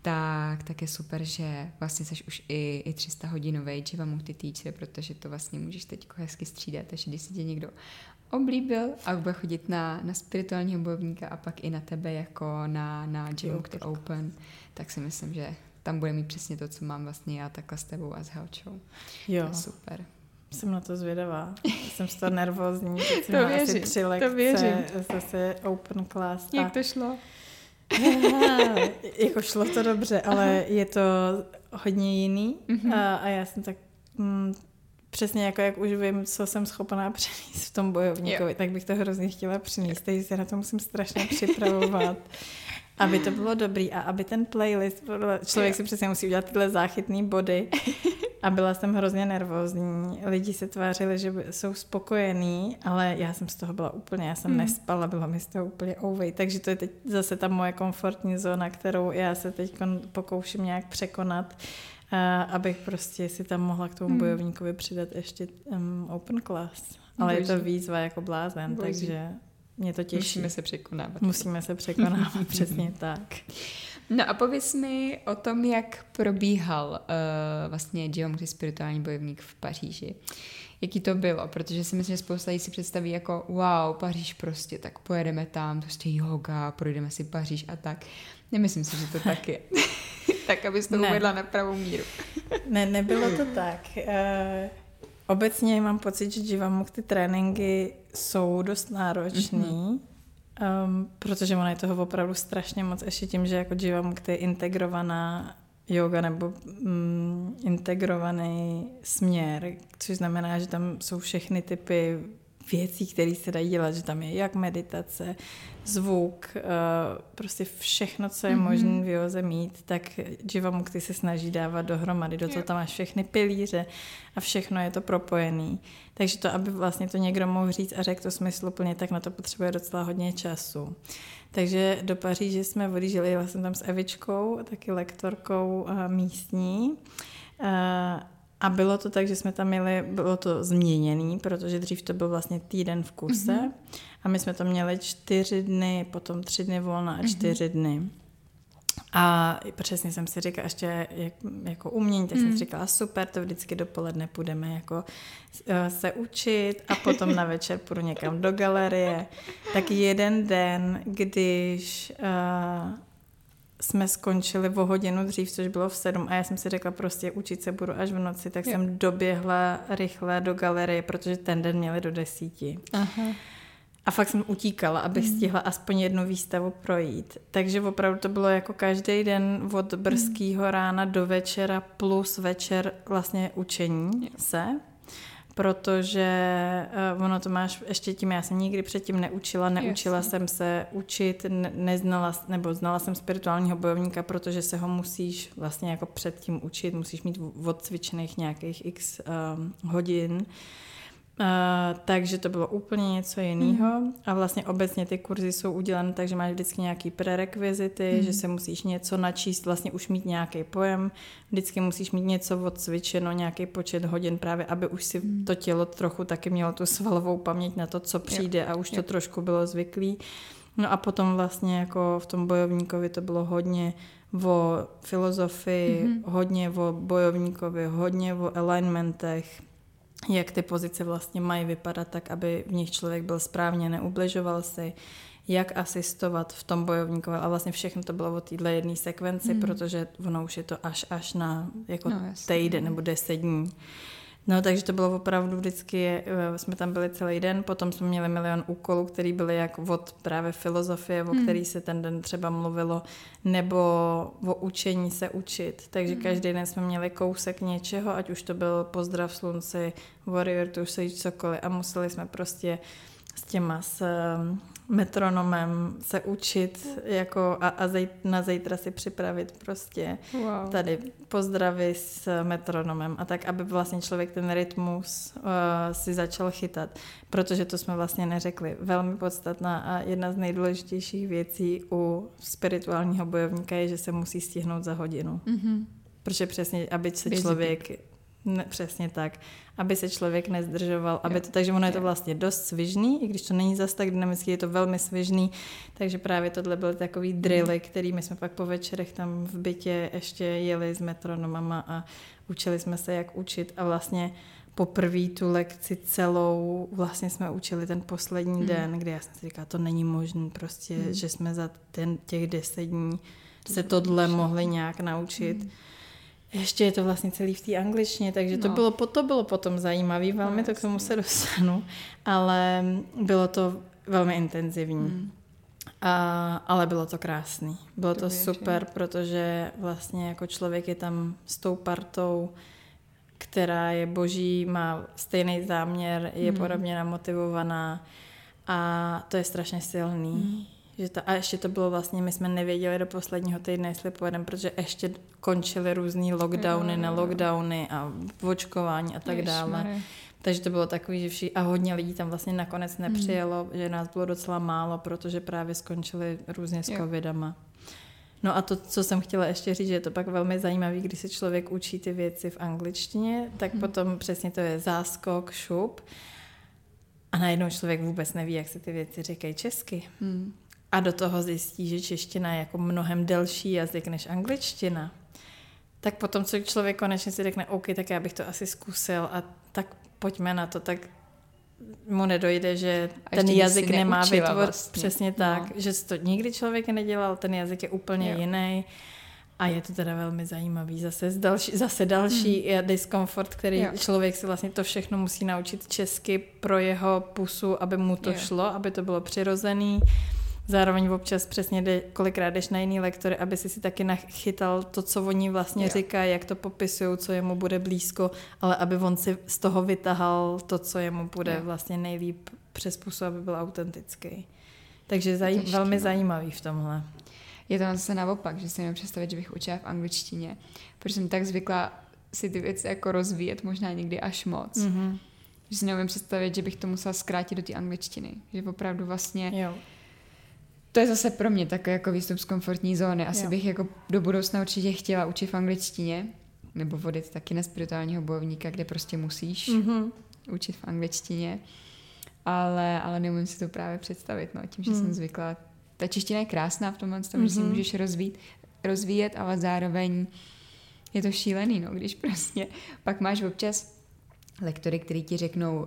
tak, tak je super, že vlastně jsi už i, i tři sta hodinový Jiva Mukti teacher, protože to vlastně můžeš teď hezky střídat, takže když si tě někdo oblíbil a bude chodit na, na spirituálního bojovníka a pak i na tebe jako na, na Jiva Mukti Open, tak si myslím, že tam bude mít přesně to, co mám vlastně já takhle s tebou a s Helčou. Jo. To je super. Jsem na to zvědavá. Jsem z toho nervózní. Teď to věřím, asi tři lekce, to věřím. Zase open class. Jak to šlo? Jako šlo to dobře, ale Aha. je to hodně jiný mm-hmm. a, a já jsem tak mm, přesně jako jak už vím, co jsem schopná přinést v tom bojovníkovi, jo. tak bych to hrozně chtěla přinést, takže se na to musím strašně připravovat, aby to bylo dobrý a aby ten playlist, člověk jo. si přesně musí udělat tyhle záchytný body a byla jsem hrozně nervózní. Lidi se tvářili, že jsou spokojení, ale já jsem z toho byla úplně, já jsem hmm. nespala, byla mi z toho úplně ouvej, takže to je teď zase ta moje komfortní zóna, kterou já se teď pokouším nějak překonat, uh, abych prostě si tam mohla k tomu hmm. bojovníkovi přidat ještě um, open class. Ale Boží. Je to výzva jako blázen, Boží. Takže mě to těší. Musíme se překonávat. Musíme se překonávat, přesně tak. No a pověz mi o tom, jak probíhal uh, vlastně Jiva Mukti spirituální bojovník v Paříži. Jaký to bylo? Protože si myslím, že spousta lidí si představí jako wow, Paříž prostě, tak pojedeme tam, prostě yoga, projdeme si Paříž a tak. Nemyslím si, že to tak je. Tak, abys to uvedla na pravou míru. Ne, nebylo to tak. Uh, obecně mám pocit, že Jiva Mukti tréninky jsou dost náročný. Mm-hmm. Um, protože ono je toho opravdu strašně moc, ještě tím, že jako Jiva Mukti je integrovaná yoga nebo mm, integrovaný směr, což znamená, že tam jsou všechny typy věcí, které se dají dělat, že tam je jak meditace, zvuk, uh, prostě všechno, co je mm-hmm. možné v józe mít, tak Jiva Mukti se snaží dávat dohromady, do toho tam máš všechny pilíře a všechno je to propojený. Takže to, aby vlastně to někdo mohl říct a řekl to smysluplně, tak na to potřebuje docela hodně času. Takže do Paříže jsme odjížděli, jela jsem tam s Evičkou, taky lektorkou uh, místní. Uh, A bylo to tak, že jsme tam měli, bylo to změněný, protože dřív to byl vlastně týden v kuse mm-hmm. a my jsme tam měli čtyři dny, potom tři dny volna a čtyři mm-hmm. dny. A přesně jsem si říkala, ještě jak, jako umění, tak mm. jsem si říkala, super, to vždycky dopoledne půjdeme jako se učit a potom na večer půjdu někam do galerie. Tak jeden den, když... Uh, jsme skončili o hodinu dřív, což bylo v sedm a já jsem si řekla prostě učit se budu až v noci, tak jo. jsem doběhla rychle do galerie, protože ten den měli do desíti. Aha. A fakt jsem utíkala, abych mm. stihla aspoň jednu výstavu projít. Takže opravdu to bylo jako každý den od brzkého mm. rána do večera plus večer vlastně učení jo. se. Protože uh, ono to máš ještě tím, já jsem nikdy předtím neučila, neučila Jasně. jsem se učit, ne, neznala, nebo znala jsem spirituálního bojovníka, protože se ho musíš vlastně jako předtím učit, musíš mít odcvičených nějakých x um, hodin. Uh, takže to bylo úplně něco jiného mm. a vlastně obecně ty kurzy jsou udělané tak, že máš vždycky nějaký prerekvizity, mm. že se musíš něco načíst, vlastně už mít nějaký pojem, vždycky musíš mít něco odcvičeno, nějaký počet hodin právě, aby už si mm. to tělo trochu taky mělo tu svalovou paměť na to, co přijde jo. a už jo. to trošku bylo zvyklý. No a potom vlastně jako v tom bojovníkovi to bylo hodně o filozofii, mm. hodně o bojovníkovi, hodně o alignmentech, jak ty pozice vlastně mají vypadat tak, aby v nich člověk byl správně, neubližoval si, jak asistovat v tom bojovníkovi a vlastně všechno to bylo o téhle jedné sekvenci, mm. protože ono už je to až až na jako no, týden nebo deset dní. No, takže to bylo opravdu vždycky, jsme tam byli celý den, potom jsme měli milion úkolů, který byly jak od právě filozofie, o hmm. který se ten den třeba mluvilo, nebo o učení se učit. Takže hmm. každý den jsme měli kousek něčeho, ať už to byl pozdrav slunci, warrior to sage, cokoliv a museli jsme prostě s těma s metronomem se učit jako a, a zej, na zítra si připravit prostě wow. tady pozdravy s metronomem a tak, aby vlastně člověk ten rytmus uh, si začal chytat, protože to jsme vlastně neřekli. Velmi podstatná a jedna z nejdůležitějších věcí u spirituálního bojovníka je, že se musí stihnout za hodinu. Mm-hmm. Protože přesně, aby se člověk Ne, přesně tak, aby se člověk nezdržoval, aby to, takže ono je to vlastně dost svižný, i když to není zas tak dynamický, je to velmi svižný, takže právě tohle byl takový drily, který my jsme pak po večerech tam v bytě ještě jeli s metronomama a učili jsme se, jak učit a vlastně poprvé tu lekci celou vlastně jsme učili ten poslední mm. den, kdy já jsem si říkala, to není možné prostě, mm. že jsme za ten, těch deset dní to se tohle mohli nějak naučit. Mm. Ještě je to vlastně celý v té angličtině, takže no. to, bylo, to bylo potom zajímavé, velmi no, to k tomu se dostanu, ale bylo to velmi intenzivní. Mm. A, ale bylo to krásný. Bylo to, to super, je. Protože vlastně jako člověk je tam s tou partou, která je boží, má stejný záměr, je mm. podobně namotivovaná a to je strašně silný. Mm. Že to, a ještě to bylo vlastně, my jsme nevěděli do posledního týdne, jestli pojedeme, protože ještě končily různý lockdowny, na lockdowny a očkování a tak dále. Takže to bylo takový, že vši, a hodně lidí tam vlastně nakonec nepřijelo, mm. že nás bylo docela málo, protože právě skončili různě s covidama. No a to, co jsem chtěla ještě říct, že je to pak velmi zajímavý, když se člověk učí ty věci v angličtině, tak mm. potom přesně to je záskok, šup a najednou člověk vůbec neví, jak se ty věci říkají česky. Mm. A do toho zjistí, že čeština je jako mnohem delší jazyk než angličtina. Tak potom, co člověk konečně si řekne, OK, tak já bych to asi zkusil a tak pojďme na to, tak mu nedojde, že a ten jazyk nemá vytvořit vlastně. Přesně tak, no. Že to nikdy člověk nedělal, ten jazyk je úplně jo. jiný a je to teda velmi zajímavý. Zase další, zase další hmm. diskomfort, který jo. člověk si vlastně to všechno musí naučit česky pro jeho pusu, aby mu to jo. šlo, aby to bylo přirozený. Zároveň občas přesně jde, kolikrát jdeš na jiný lektory, aby si si taky nachytal to, co oni vlastně jo. říkají, jak to popisují, co jemu bude blízko, ale aby on si z toho vytahal to, co jemu bude jo. vlastně nejlíp přes pusu, aby byl autentický. Takže zaj- Těžký, velmi no. zajímavý v tomhle. Je to zase naopak, že si nemůžu představit, že bych učila v angličtině, protože jsem tak zvykla si ty věci jako rozvíjet, možná někdy až moc. Mm-hmm. Že si neumím představit, že bych to musela zkrátit do té angličtiny. Že opravdu vlastně... Jo. To je zase pro mě takový jako výstup z komfortní zóny. Asi jo. bych jako do budoucna určitě chtěla učit v angličtině, nebo vodit taky na spirituálního bojovníka, kde prostě musíš mm-hmm. učit v angličtině, ale, ale neumím si to právě představit, no, tím, že mm. jsem zvykla. Ta čeština je krásná v tomhle tom, mm-hmm. že si můžeš rozvít, rozvíjet, ale zároveň je to šílený, no, když prostě pak máš občas lektory, který ti řeknou, uh,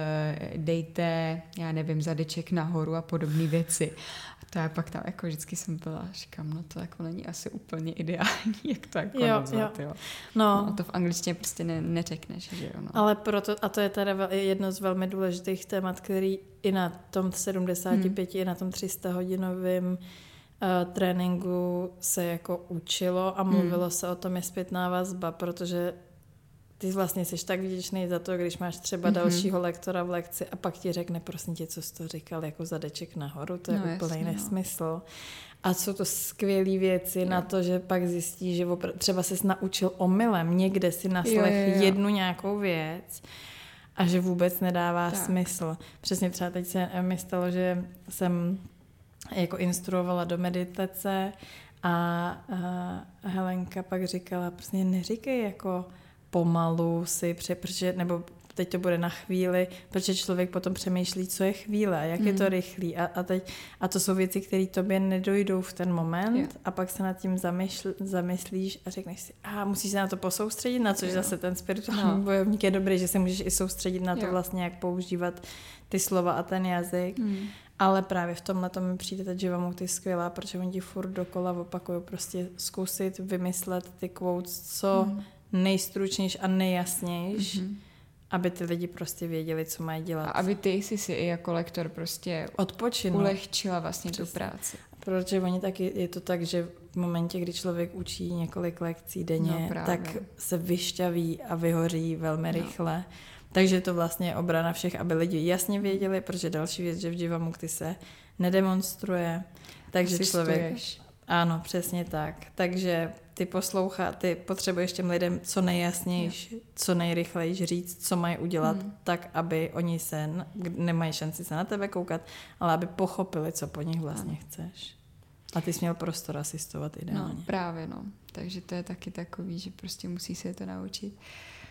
dejte, já nevím, zadeček nahoru a podobné věci. A to já pak tam jako vždycky jsem byla, říkám, no to jako není asi úplně ideální, jak to jako jo, nazvat, jo. jo. No. no. To v angličtině prostě ne, neřekneš, že jo. No. Ale proto, a to je teda jedno z velmi důležitých témat, který i na tom sedmdesát pět, hmm. i na tom tři sta hodinovém uh, tréninku se jako učilo a mluvilo hmm. se o tom, je zpětná vazba, protože ty vlastně jsi tak vděčný za to, když máš třeba mm-hmm. dalšího lektora v lekci a pak ti řekne, prosím tě, co jsi to říkal, jako zadeček nahoru, to je no, úplný jasný, nesmysl. No. A jsou to skvělé věci jo. na to, že pak zjistíš, že opr- třeba ses naučil omylem, někde si naslech jednu nějakou věc a že vůbec nedává tak. smysl. Přesně třeba teď se mi stalo, že jsem jako instruovala do meditace a, a Helenka pak říkala, prostě neříkej jako pomalu si, protože, nebo teď to bude na chvíli, protože člověk potom přemýšlí, co je chvíle a jak mm. je to rychlý. A, a, teď, a to jsou věci, které tobě nedojdou v ten moment jo. a pak se nad tím zamyšl, zamyslíš a řekneš si, a musíš se na to posoustředit, na což jo. zase ten spirituální no. bojovník je dobrý, že se můžeš i soustředit na to jo. vlastně, jak používat ty slova a ten jazyk. Mm. Ale právě v tomhle to mi přijde ta Jivamukti skvělá, protože oni ti furt dokola opakují prostě zkusit vymyslet ty quotes, co mm. nejstručnější a nejjasnější, mm-hmm. aby ty lidi prostě věděli, co mají dělat. A aby ty jsi si i jako lektor prostě odpočinul, ulehčila vlastně Přesně. tu práci. Protože oni taky, je to tak, že v momentě, kdy člověk učí několik lekcí denně, no, tak se vyšťaví a vyhoří velmi no. rychle. Takže to vlastně je obrana všech, aby lidi jasně věděli, protože další věc, že v Jivamukti se nedemonstruje. Takže člověk... Ano, přesně tak. Takže ty poslouchá, ty potřebuješ těm lidem co nejjasnější, co nejrychleji říct, co mají udělat, hmm. tak, aby oni se, nemají šanci se na tebe koukat, ale aby pochopili, co po nich vlastně ano. chceš. A ty jsi měl prostor asistovat ideálně. No, právě no. Takže to je taky takový, že prostě musí se to naučit.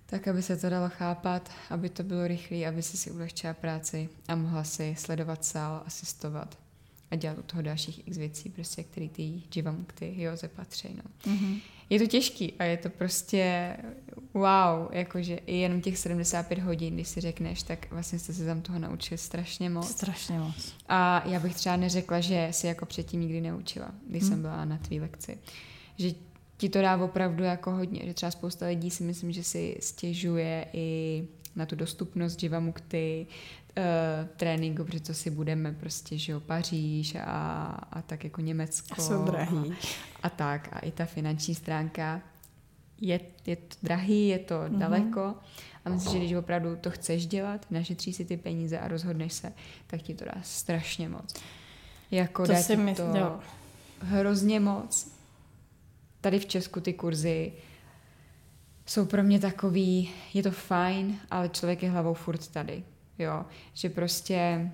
tak aby se to dalo chápat, aby to bylo rychlé, aby si si ulehčila práci a mohla si sledovat sál, asistovat a dělat u toho dalších x věcí, prostě, který ty Jivamukty Hyoze patří. No. Mm-hmm. Je to těžký a je to prostě wow, jakože i jenom těch sedmdesát pět hodin, když si řekneš, tak vlastně jste se tam toho naučili strašně moc. Strašně moc. A já bych třeba neřekla, že si jako předtím nikdy neučila, když hmm. jsem byla na tvý lekci. Že ti to dá opravdu jako hodně, že třeba spousta lidí si myslím, že si stěžuje i na tu dostupnost Jivamukty, uh, tréninku, protože to si budeme prostě, že jo, Paříž a, a tak jako Německo. Jsou drahý. A tak, a i ta finanční stránka je, je to drahý, je to mm-hmm. daleko a myslím, že když opravdu to chceš dělat, našetří si ty peníze a rozhodneš se, tak ti to dá strašně moc. Jako to dá si ti myslím, to jo. hrozně moc. Tady v Česku ty kurzy jsou pro mě takový, je to fajn, ale člověk je hlavou furt tady. Jo, že prostě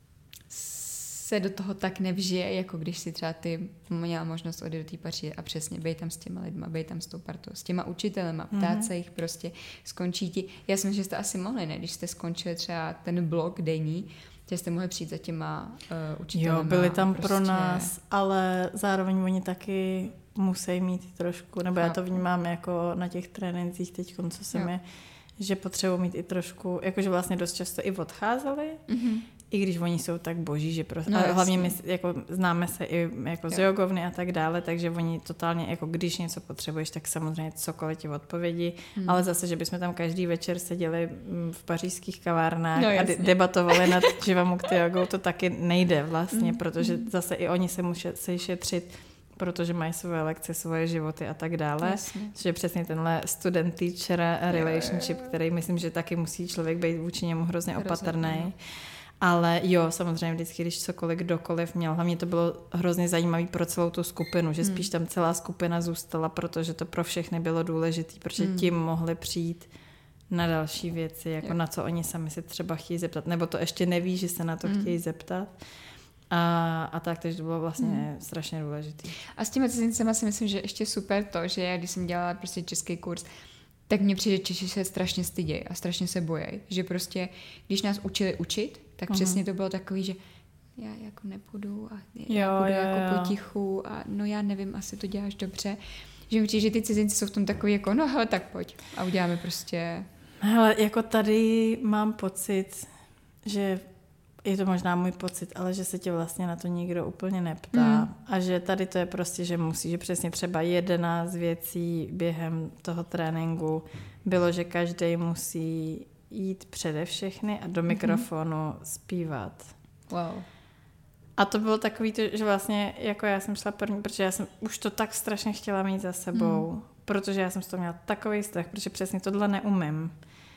se do toho tak nevžije, jako když si třeba ty měla možnost odjít do té Paříže a přesně bej tam s těma lidma, bej tam s tou partou, s těma učitelema, ptát mm-hmm. se jich prostě, skončí ti. Já si myslím, že jste asi mohli, ne? Když jste skončili třeba ten blok denní, že jste mohli přijít za těma uh, učitelema. Jo, byli tam prostě... pro nás, ale zároveň oni taky musí mít trošku, nebo já to vnímám jako na těch trénincích teď, co se mi, že potřebují mít i trošku, jakože vlastně dost často i odcházeli, mm-hmm. i když oni jsou tak boží, že prostě, no, ale hlavně my jako známe se i jako z jogovny a tak dále, takže oni totálně, jako když něco potřebuješ, tak samozřejmě cokoliv ti odpovědi, hmm. ale zase, že bychom tam každý večer seděli v pařížských kavárnách no, a de- debatovali nad Jivamukty jogou, to taky nejde vlastně, hmm. protože zase i oni se musí šetřit, protože mají svoje lekce, svoje životy a tak dále. Jasně. Což je přesně tenhle student-teacher relationship, který myslím, že taky musí člověk být vůči němu hrozně, hrozně opatrný. Ale jo, samozřejmě vždycky, když cokoliv, kdokoliv měl, hlavně to bylo hrozně zajímavý pro celou tu skupinu, že spíš tam celá skupina zůstala, protože to pro všechny bylo důležité, protože hmm. tím mohli přijít na další věci, jako jo. na co oni sami se třeba chtějí zeptat, nebo to ještě neví, že se na to hmm. chtějí zeptat. A, a tak, takže to bylo vlastně hmm. strašně důležitý. A s těmi cizincema si myslím, že ještě super to, že já, když jsem dělala prostě český kurz, tak mně přijde, Češi se strašně stydějí a strašně se bojí, že prostě, když nás učili učit, tak uh-huh. přesně to bylo takový, že já jako nepůjdu a já jo, půjdu jo, jako jo. potichu a no já nevím, asi to děláš dobře. Že mi přijde, že ty cizinci jsou v tom takový jako, no hele, tak pojď a uděláme prostě... Hele, jako tady mám pocit, že je to možná můj pocit, ale že se tě vlastně na to nikdo úplně neptá mm. a že tady to je prostě, že musí, že přesně třeba jedenáct věcí během toho tréninku bylo, že každý musí jít přede všechny a do mikrofonu mm-hmm. zpívat. Wow. A to bylo takový, to, že vlastně jako já jsem šla první, protože já jsem už to tak strašně chtěla mít za sebou, mm. protože já jsem z toho měla takový strach, protože přesně tohle neumím.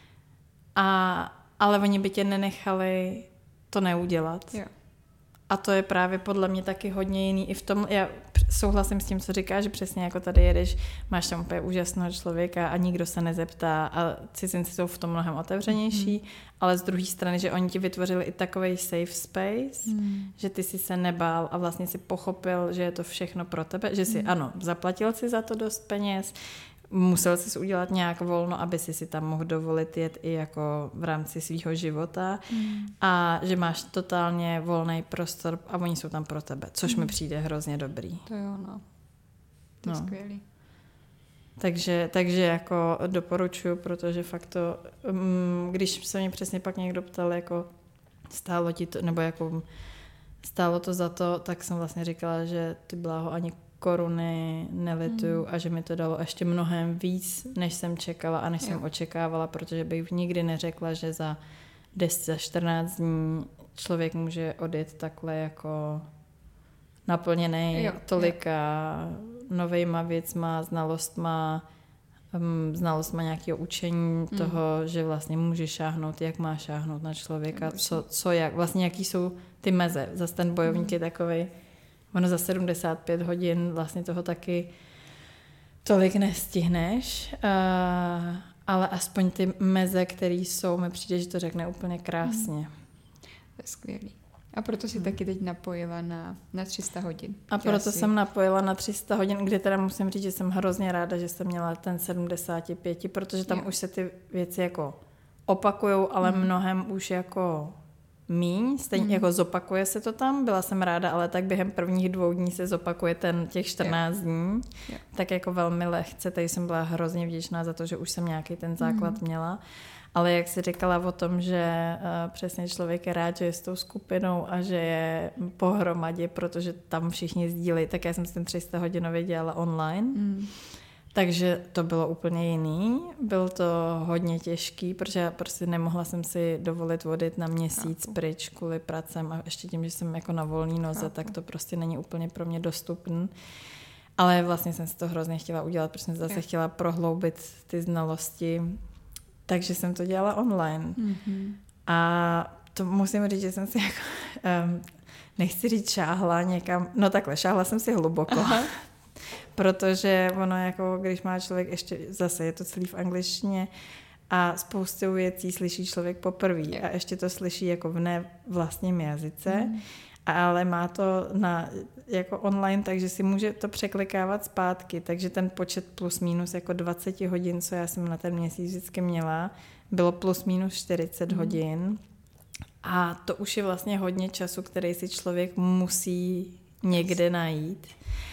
A, ale oni by tě nenechali to neudělat. Jo. A to je právě podle mě taky hodně jiný. I v tom, já souhlasím s tím, co říkáš, že přesně jako tady jedeš, máš tam úplně úžasného člověka a nikdo se nezeptá a cizinci jsou v tom mnohem otevřenější, mm. ale z druhé strany, že oni ti vytvořili i takovej safe space, mm. že ty si se nebál a vlastně si pochopil, že je to všechno pro tebe, že si, mm. ano, zaplatil si za to dost peněz, musel jsi udělat nějak volno, aby si si tam mohl dovolit jet i jako v rámci svýho života mm. a že máš totálně volný prostor a oni jsou tam pro tebe, což mm. mi přijde hrozně dobrý. To jo, no. To je no. skvělý. Takže, takže jako doporučuji, protože fakt to, když se mě přesně pak někdo ptal, jako stálo ti to, nebo jako stálo to za to, tak jsem vlastně říkala, že ty bláho ani koruny nelituju mm. a že mi to dalo ještě mnohem víc, než jsem čekala a než jo. jsem očekávala, protože bych nikdy neřekla, že za deset, za čtrnáct dní člověk může odjet takhle jako naplněný jo, tolika jo. novejma věcma, znalostma, um, znalostma nějakého učení mm. toho, že vlastně může šáhnout, jak má šáhnout na člověka, co, co jak, vlastně jaký jsou ty meze. Zase ten bojovník mm. je takovej, ono za sedmdesát pět hodin vlastně toho taky tolik nestihneš, uh, ale aspoň ty meze, které jsou, mi přijde, že to řekne úplně krásně. To je skvělý. A proto si hmm. taky teď napojila na, na tři sta hodin. A proto si... jsem napojila na tři sta hodin, kde teda musím říct, že jsem hrozně ráda, že jsem měla ten sedmdesát pět, protože tam jo. už se ty věci jako opakujou, ale hmm. mnohem už jako míň, stejně hmm. jako zopakuje se to tam, byla jsem ráda, ale tak během prvních dvou dní se zopakuje ten těch čtrnáct jo. dní, jo. tak jako velmi lehce, tady jsem byla hrozně vděčná za to, že už jsem nějaký ten základ hmm. měla. Ale jak jsi říkala o tom, že uh, přesně člověk je rád, že je s tou skupinou a že je pohromadě, protože tam všichni sdílejí, tak já jsem s tím tři sta hodinově dělala online. Mm. Takže to bylo úplně jiný. Bylo to hodně těžký, protože já prostě nemohla jsem si dovolit odjet na měsíc Chápu. pryč kvůli pracem a ještě tím, že jsem jako na volný noze, Chápu. tak to prostě není úplně pro mě dostupný. Ale vlastně jsem si to hrozně chtěla udělat, protože jsem zase je. chtěla prohloubit ty znalosti. Takže jsem to dělala online. Mm-hmm. A to musím říct, že jsem si jako, um, nechci říct šáhla někam, no takhle, šáhla jsem si hluboko. Aha. Protože ono jako, když má člověk ještě, zase je to celý v angličtině a spoustu věcí slyší člověk poprvé a ještě to slyší jako v nevlastním jazyce, mm. ale má to na, jako online, takže si může to překlikávat zpátky, takže ten počet plus minus jako dvacet hodin, co já jsem na ten měsíc vždycky měla, bylo plus minus čtyřicet mm. hodin a to už je vlastně hodně času, který si člověk musí někde najít.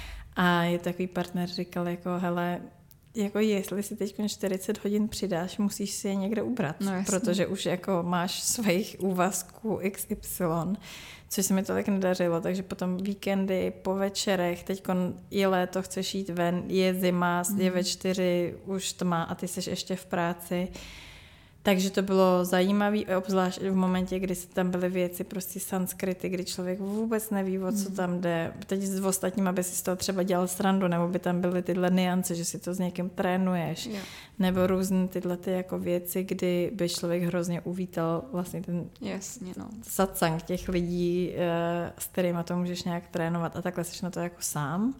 A je takový partner říkal jako, hele, jako jestli si teď čtyřicet hodin přidáš, musíš si je někde ubrat, no, protože už jako máš svých úvazků iks ypsilon, což se mi tolik nedařilo, takže potom víkendy, po večerech, teď je léto, chceš jít ven, je zima, mm. je ve čtyři, už to má a ty jsi ještě v práci. Takže to bylo zajímavé, obzvlášť v momentě, kdy tam byly věci prostě sanskrity, kdy člověk vůbec neví, o co tam jde. Teď s ostatním, aby si z toho třeba dělal srandu, nebo by tam byly tyhle niance, že si to s někým trénuješ. Jo. Nebo různé tyhle ty jako věci, kdy by člověk hrozně uvítal vlastně ten Jasně, no. satsang těch lidí, s kterýma to můžeš nějak trénovat a takhle jsi na to jako sám.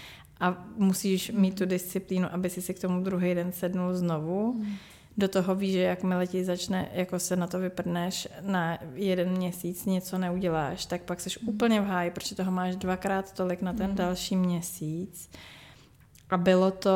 A musíš mít tu disciplínu, aby si si k tomu druhý den sednul znovu. Hmm. Do toho víš, že jakmile ti začne, jako se na to vyprdneš, na jeden měsíc něco neuděláš, tak pak jsi mm. úplně v háji, protože toho máš dvakrát tolik na ten mm. další měsíc. A bylo to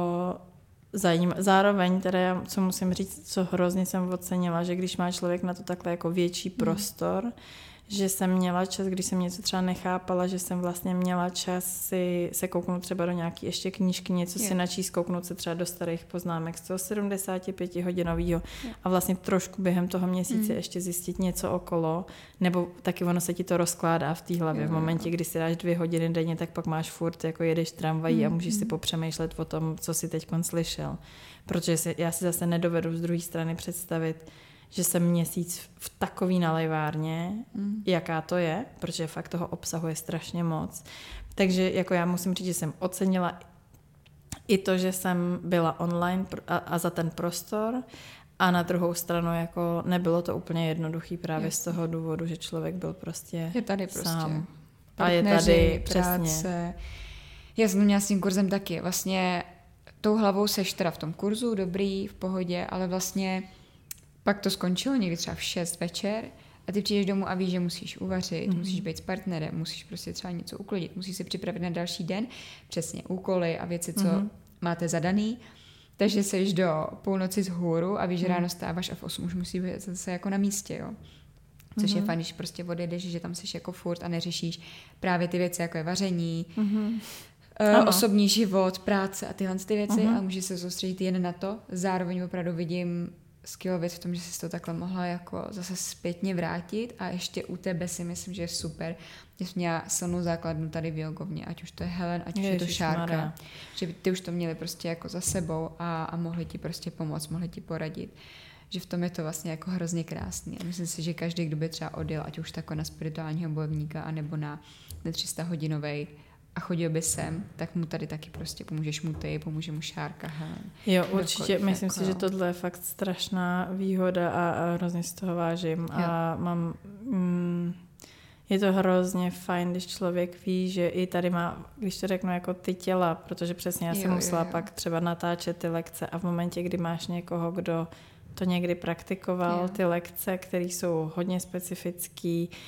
zajímavé. Zároveň teda, co musím říct, co hrozně jsem ocenila, že když má člověk na to takhle jako větší mm. prostor, že jsem měla čas, když jsem něco třeba nechápala, že jsem vlastně měla čas si se kouknout třeba do nějaký ještě knížky, něco je. si načíst, kouknout se třeba do starých poznámek z toho sedmdesátipětihodinového a vlastně trošku během toho měsíce mm. ještě zjistit něco okolo, nebo taky ono se ti to rozkládá v té hlavě. Je, v momentě, kdy si dáš dvě hodiny denně, tak pak máš furt, jako jedeš tramvají mm. a můžeš mm. si popřemýšlet o tom, co si teď slyšel. Protože si, já si zase nedovedu z druhé strany představit, že jsem měsíc v takový nalejvárně, mm. jaká to je, protože fakt toho obsahuje strašně moc. Takže jako já musím říct, že jsem ocenila i to, že jsem byla online a, a za ten prostor a na druhou stranu jako nebylo to úplně jednoduchý právě Jasně. z toho důvodu, že člověk byl prostě je tady prostě sám. A je tady práce. Přesně. Já jsem měla s tím kurzem taky. Vlastně tou hlavou seš teda v tom kurzu, dobrý, v pohodě, ale vlastně pak to skončilo někdy třeba v šest večer a ty přijdeš domů a víš, že musíš uvařit, mm. musíš být s partnerem, musíš prostě třeba něco uklidit, musíš se připravit na další den, přesně úkoly a věci, co mm. máte zadaný. Takže seš do půlnoci z hůru a víš, že mm. ráno stáváš a v osm už musí být zase jako na místě, jo. Což mm. je fajn, když prostě odejdeš, že tam seš jako furt a neřešíš právě ty věci, jako je vaření, mm. Uh, osobní život, práce a tyhle ty věci, uh-huh. ale můžeš se soustředit jen na to. Zároveň opravdu vidím skvělou věc v tom, že jsi to takhle mohla jako zase zpětně vrátit a ještě u tebe si myslím, že je super, že jsi měla silnou základnu tady v jogovně, ať už to je Helen, ať už je to Šárka, že ty už to měli prostě jako za sebou a, a mohli ti prostě pomoct, mohli ti poradit. Že v tom je to vlastně jako hrozně krásný. A myslím si, že každý, kdo by třeba odjel, ať už tako na spirituálního bojovníka, anebo na, na tři sta hodinovej a chodil by sem, tak mu tady taky prostě pomůžeš mu ty, pomůže mu Šárka, Helen. Jo, určitě. Dokoliv, myslím jako, si, že tohle je fakt strašná výhoda a, a hrozně z toho vážím. Jo. A mám... Mm, je to hrozně fajn, když člověk ví, že i tady má, když to řeknu jako ty těla, protože přesně já jsem jo, musela jo, jo. pak třeba natáčet ty lekce a v momentě, kdy máš někoho, kdo to někdy praktikoval, jo. ty lekce, které jsou hodně specifický,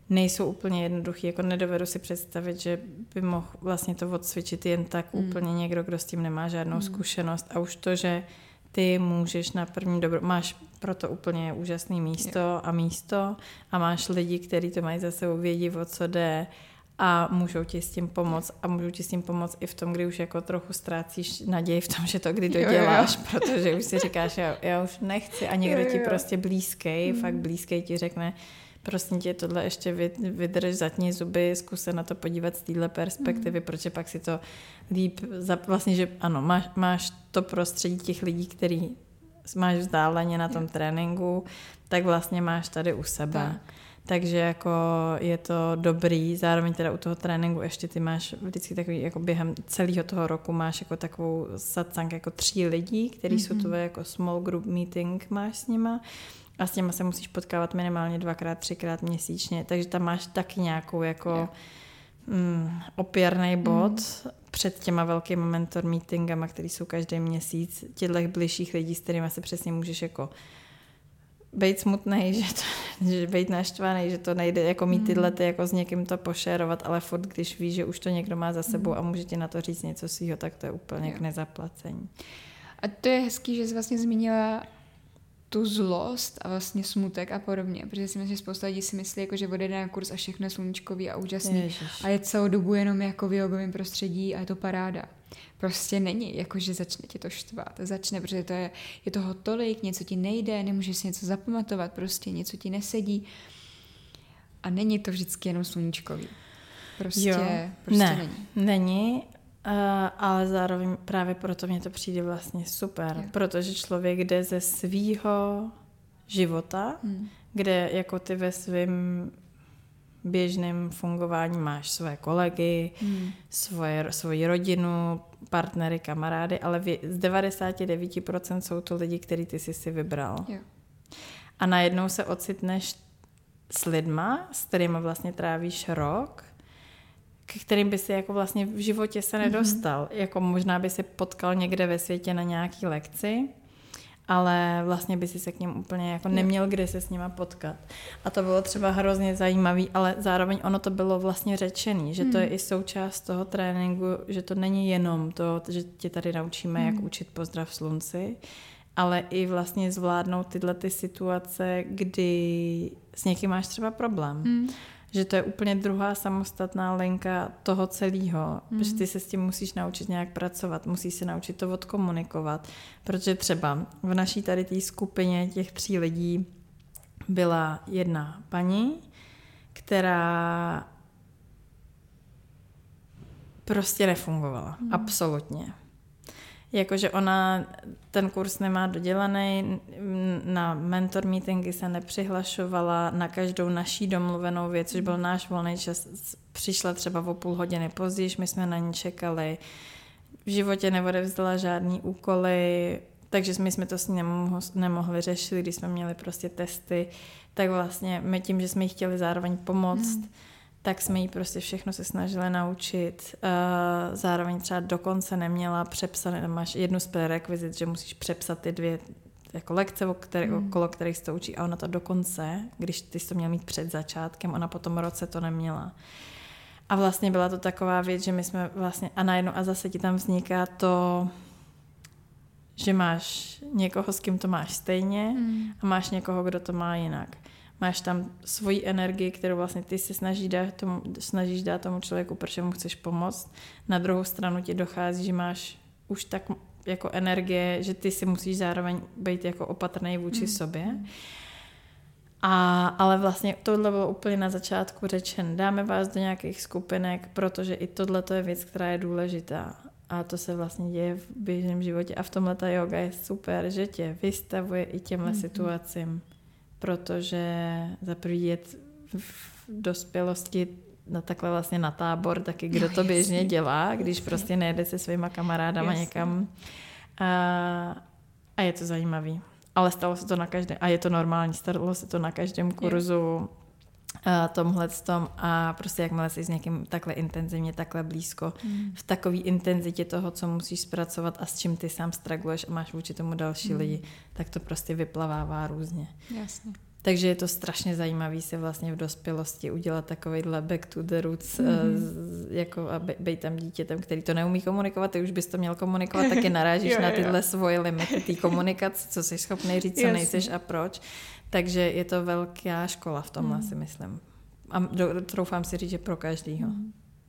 nejsou úplně jednoduchý, jako nedovedu si představit, že by mohl vlastně to odcvičit jen tak mm. úplně někdo, kdo s tím nemá žádnou mm. zkušenost a už to, že ty můžeš na první dobro, máš proto úplně úžasný místo jo. a místo a máš lidi, kteří to mají za sebou, vědí, o co jde a můžou ti s tím pomoct a můžou ti s tím pomoct i v tom, kdy už jako trochu ztrácíš naději v tom, že to kdy doděláš, jo, jo. protože už si říkáš, já, já už nechci a někdo jo, jo. ti prostě blízkej, mm. fakt blízkej ti řekne, prostě tě tohle ještě vydrž, zatní zuby, zkus se na to podívat z téhle perspektivy, mm. protože pak si to líp, vlastně, že ano, máš, máš to prostředí těch lidí, který máš vzdáleně na tom jo. tréninku, tak vlastně máš tady u sebe. Tak. Takže jako je to dobrý, zároveň teda u toho tréninku ještě ty máš vždycky takový, jako během celého toho roku máš jako takovou satsang jako tří lidí, který mm-hmm. jsou tvoje jako small group meeting máš s nima a s těma se musíš potkávat minimálně dvakrát, třikrát měsíčně, takže tam máš taky nějakou jako mm, opěrný bod mm. před těma velkýma mentor meetingama, který jsou každý měsíc, těchto bližších lidí, s kterými se přesně můžeš jako být smutnej, že, to, že být naštvaný, že to nejde jako mít tyhle ty, jako s někým to pošerovat, ale furt, když víš, že už to někdo má za sebou a může ti na to říct něco svýho, tak to je úplně k nezaplacení. A to je hezký, že jsi vlastně zmínila tu zlost a vlastně smutek a podobně, protože si myslím, že spousta lidí si myslí, jako, že odjede na kurz a všechno je sluníčkový a úžasný Ježiš. A je celou dobu jenom jako v jogovém prostředí a je to paráda. Prostě není, jakože začne ti to štvát. Začne, protože to je, je toho tolik, něco ti nejde, nemůžeš si něco zapamatovat, prostě něco ti nesedí. A není to vždycky jenom sluníčkový. Prostě, jo, prostě ne, není. Není, uh, ale zároveň právě proto mě to přijde vlastně super, jo. protože člověk jde ze svýho života, hmm. kde jako ty ve svém běžném fungování máš svoje kolegy, hmm. svoje, svoji rodinu, partnery, kamarády, ale z devadesát devět procent jsou to lidi, který ty jsi si vybral. Jo. A najednou se ocitneš s lidma, s kterými vlastně trávíš rok, k kterým by si jako vlastně v životě se nedostal. Mm-hmm. Jako možná by si potkal někde ve světě na nějaký lekci, ale vlastně by si se k ním úplně jako neměl kde se s nima potkat. A to bylo třeba hrozně zajímavý, ale zároveň ono to bylo vlastně řečený, že to je i součást toho tréninku, že to není jenom to, že tě tady naučíme, jak učit pozdrav slunci, ale i vlastně zvládnout tyhle ty situace, kdy s někým máš třeba problém. Mm. Že to je úplně druhá samostatná linka toho celého, mm. že ty se s tím musíš naučit nějak pracovat, musíš se naučit to odkomunikovat, protože třeba v naší tady té skupině těch tří lidí byla jedna paní, která prostě nefungovala, mm. absolutně. Jakože ona ten kurz nemá dodělaný, na mentor meetingy se nepřihlašovala, na každou naší domluvenou věc, což byl náš volný čas, přišla třeba o půl hodiny později, my jsme na ní čekali, v životě neodevzdala žádný úkoly, takže my jsme to s ní nemohli, nemohli řešit, když jsme měli prostě testy, tak vlastně my tím, že jsme jí chtěli zároveň pomoct, mm. tak jsme jí prostě všechno se snažili naučit. Uh, zároveň třeba dokonce neměla přepsané, máš jednu z prerekvizit, že musíš přepsat ty dvě jako lekce, o které, mm. okolo kterých se to učí. A ona to dokonce, když ty jsi to měl mít před začátkem, ona po tom roce to neměla. A vlastně byla to taková věc, že my jsme vlastně, a najednou a zase ti tam vzniká to, že máš někoho, s kým to máš stejně mm. a máš někoho, kdo to má jinak. Máš tam svoji energii, kterou vlastně ty se snaží dát tomu, snažíš dát tomu člověku, protože mu chceš pomoct. Na druhou stranu ti dochází, že máš už tak jako energie, že ty si musíš zároveň být jako opatrný vůči mm. sobě. A, ale vlastně tohle bylo úplně na začátku řečen. Dáme vás do nějakých skupinek, protože i tohle to je věc, která je důležitá. A to se vlastně děje v běžném životě. A v tomhle ta yoga je super, že tě vystavuje i těmhle mm. situacím. Protože za první jet v dospělosti na takhle vlastně na tábor, taky kdo to běžně jasný. dělá, když jasný. prostě nejede se svýma kamarádama jasný. někam. A, a je to zajímavý. Ale stalo se to na každém, a je to normální, stalo se to na každém kurzu a tomhletom a prostě jakmile jsi s někým takhle intenzivně, takhle blízko, hmm. v takové intenzitě toho, co musíš zpracovat a s čím ty sám straggluješ a máš vůči tomu další hmm. lidi, tak to prostě vyplavává různě. Jasně. Takže je to strašně zajímavý si vlastně v dospělosti udělat takovejhle back to the roots, mm-hmm. jako a být tam dítětem, který to neumí komunikovat, ty už bys to měl komunikovat, taky narážíš jo, na tyhle jo. svoje limity té komunikace, co jsi schopný říct, co nejseš a proč. Takže je to velká škola v tomhle, mm. si myslím. A troufám si říct, že pro každýho. Mm.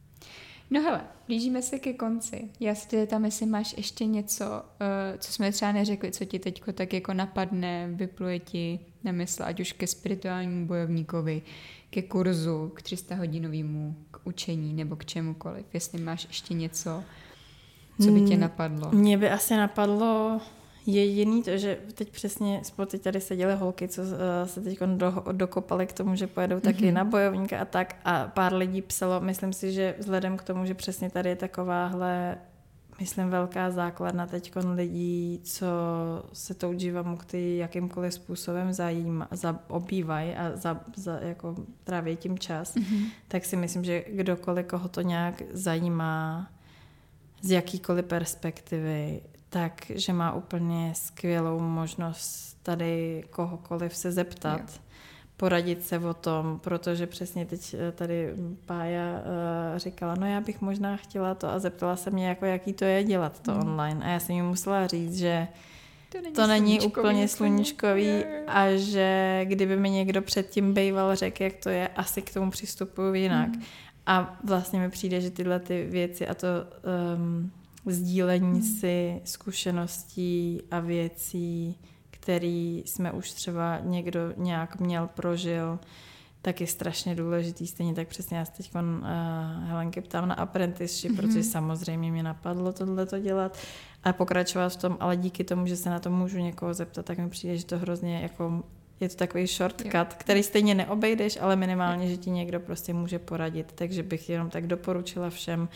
No hele, blížíme se ke konci. Já se tě tam, jestli máš ještě něco, co jsme třeba neřekli, co ti teďko tak jako napadne, vypluje ti na mysl, ať už ke spirituálnímu bojovníkovi, ke kurzu, k tři sta hodinovému, k učení nebo k čemukoliv. Jestli máš ještě něco, co by tě napadlo. Mně by asi napadlo jediný to, že teď přesně spolu teď tady seděly holky, co uh, se teď do, dokopaly k tomu, že pojedou taky mm-hmm. na bojovníka a tak a pár lidí psalo, myslím si, že vzhledem k tomu, že přesně tady je takováhle, myslím, velká základna teď lidí, co se tou Jivamukti jakýmkoliv způsobem zajímá, za, obývají a za, za, jako tráví tím čas, mm-hmm. tak si myslím, že kdokoliv, koho to nějak zajímá z jakýkoliv perspektivy, takže má úplně skvělou možnost tady kohokoliv se zeptat, jo. poradit se o tom, protože přesně teď tady Pája uh, říkala, no já bych možná chtěla to a zeptala se mě, jako jaký to je dělat to mm. online. A já jsem jí musela říct, že to není, to není úplně sluníčkový a že kdyby mi někdo předtím bejval řekl, jak to je, asi k tomu přistupuju jinak. Mm. A vlastně mi přijde, že tyhle ty věci a to um, sdílení hmm. si zkušeností a věcí, které jsme už třeba někdo nějak měl, prožil, tak je strašně důležitý. Stejně tak přesně já se teď uh, Helenky ptám na apprenticeship, mm-hmm. protože samozřejmě mě napadlo tohleto dělat a pokračovat v tom, ale díky tomu, že se na to můžu někoho zeptat, tak mi přijde, že to hrozně jako je to takový shortcut, jo. který stejně neobejdeš, ale minimálně, že ti někdo prostě může poradit. Takže bych jenom tak doporučila všem,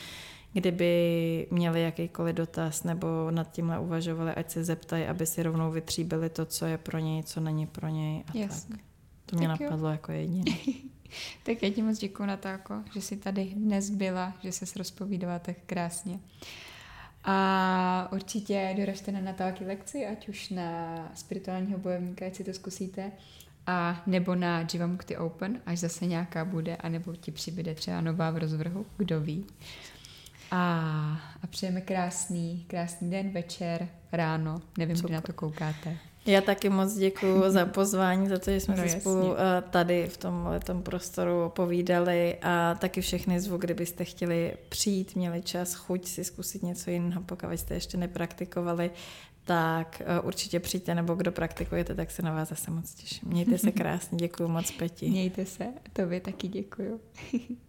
kdyby měli jakýkoliv dotaz nebo nad tímhle uvažovali, ať se zeptají, aby si rovnou vytříbili to, co je pro něj, co není pro něj. A Jasně. tak. To mě tak napadlo jo. jako jediné. Tak já ti moc děkuju, Natálko, že jsi tady dnes byla, že jsi rozpovídala tak krásně. A určitě doražte na Natálky lekci, ať už na spirituálního bojovníka, ať si to zkusíte, a nebo na Jivamukti Open, až zase nějaká bude, anebo ti přibyde třeba nová v rozvrhu, kdo ví. A, a přejeme krásný, krásný den, večer, ráno, nevím, Super. Kdy na to koukáte. Já taky moc děkuju za pozvání, za to, že jsme no, si spolu tady v tomhletom prostoru povídali a taky všechny zvu, kdybyste chtěli přijít, měli čas, chuť si zkusit něco jiného, pokud jste ještě nepraktikovali, tak určitě přijďte, nebo kdo praktikujete, tak se na vás zase moc těším. Mějte se krásně, děkuju moc, Peti. Mějte se, tobě taky děkuju.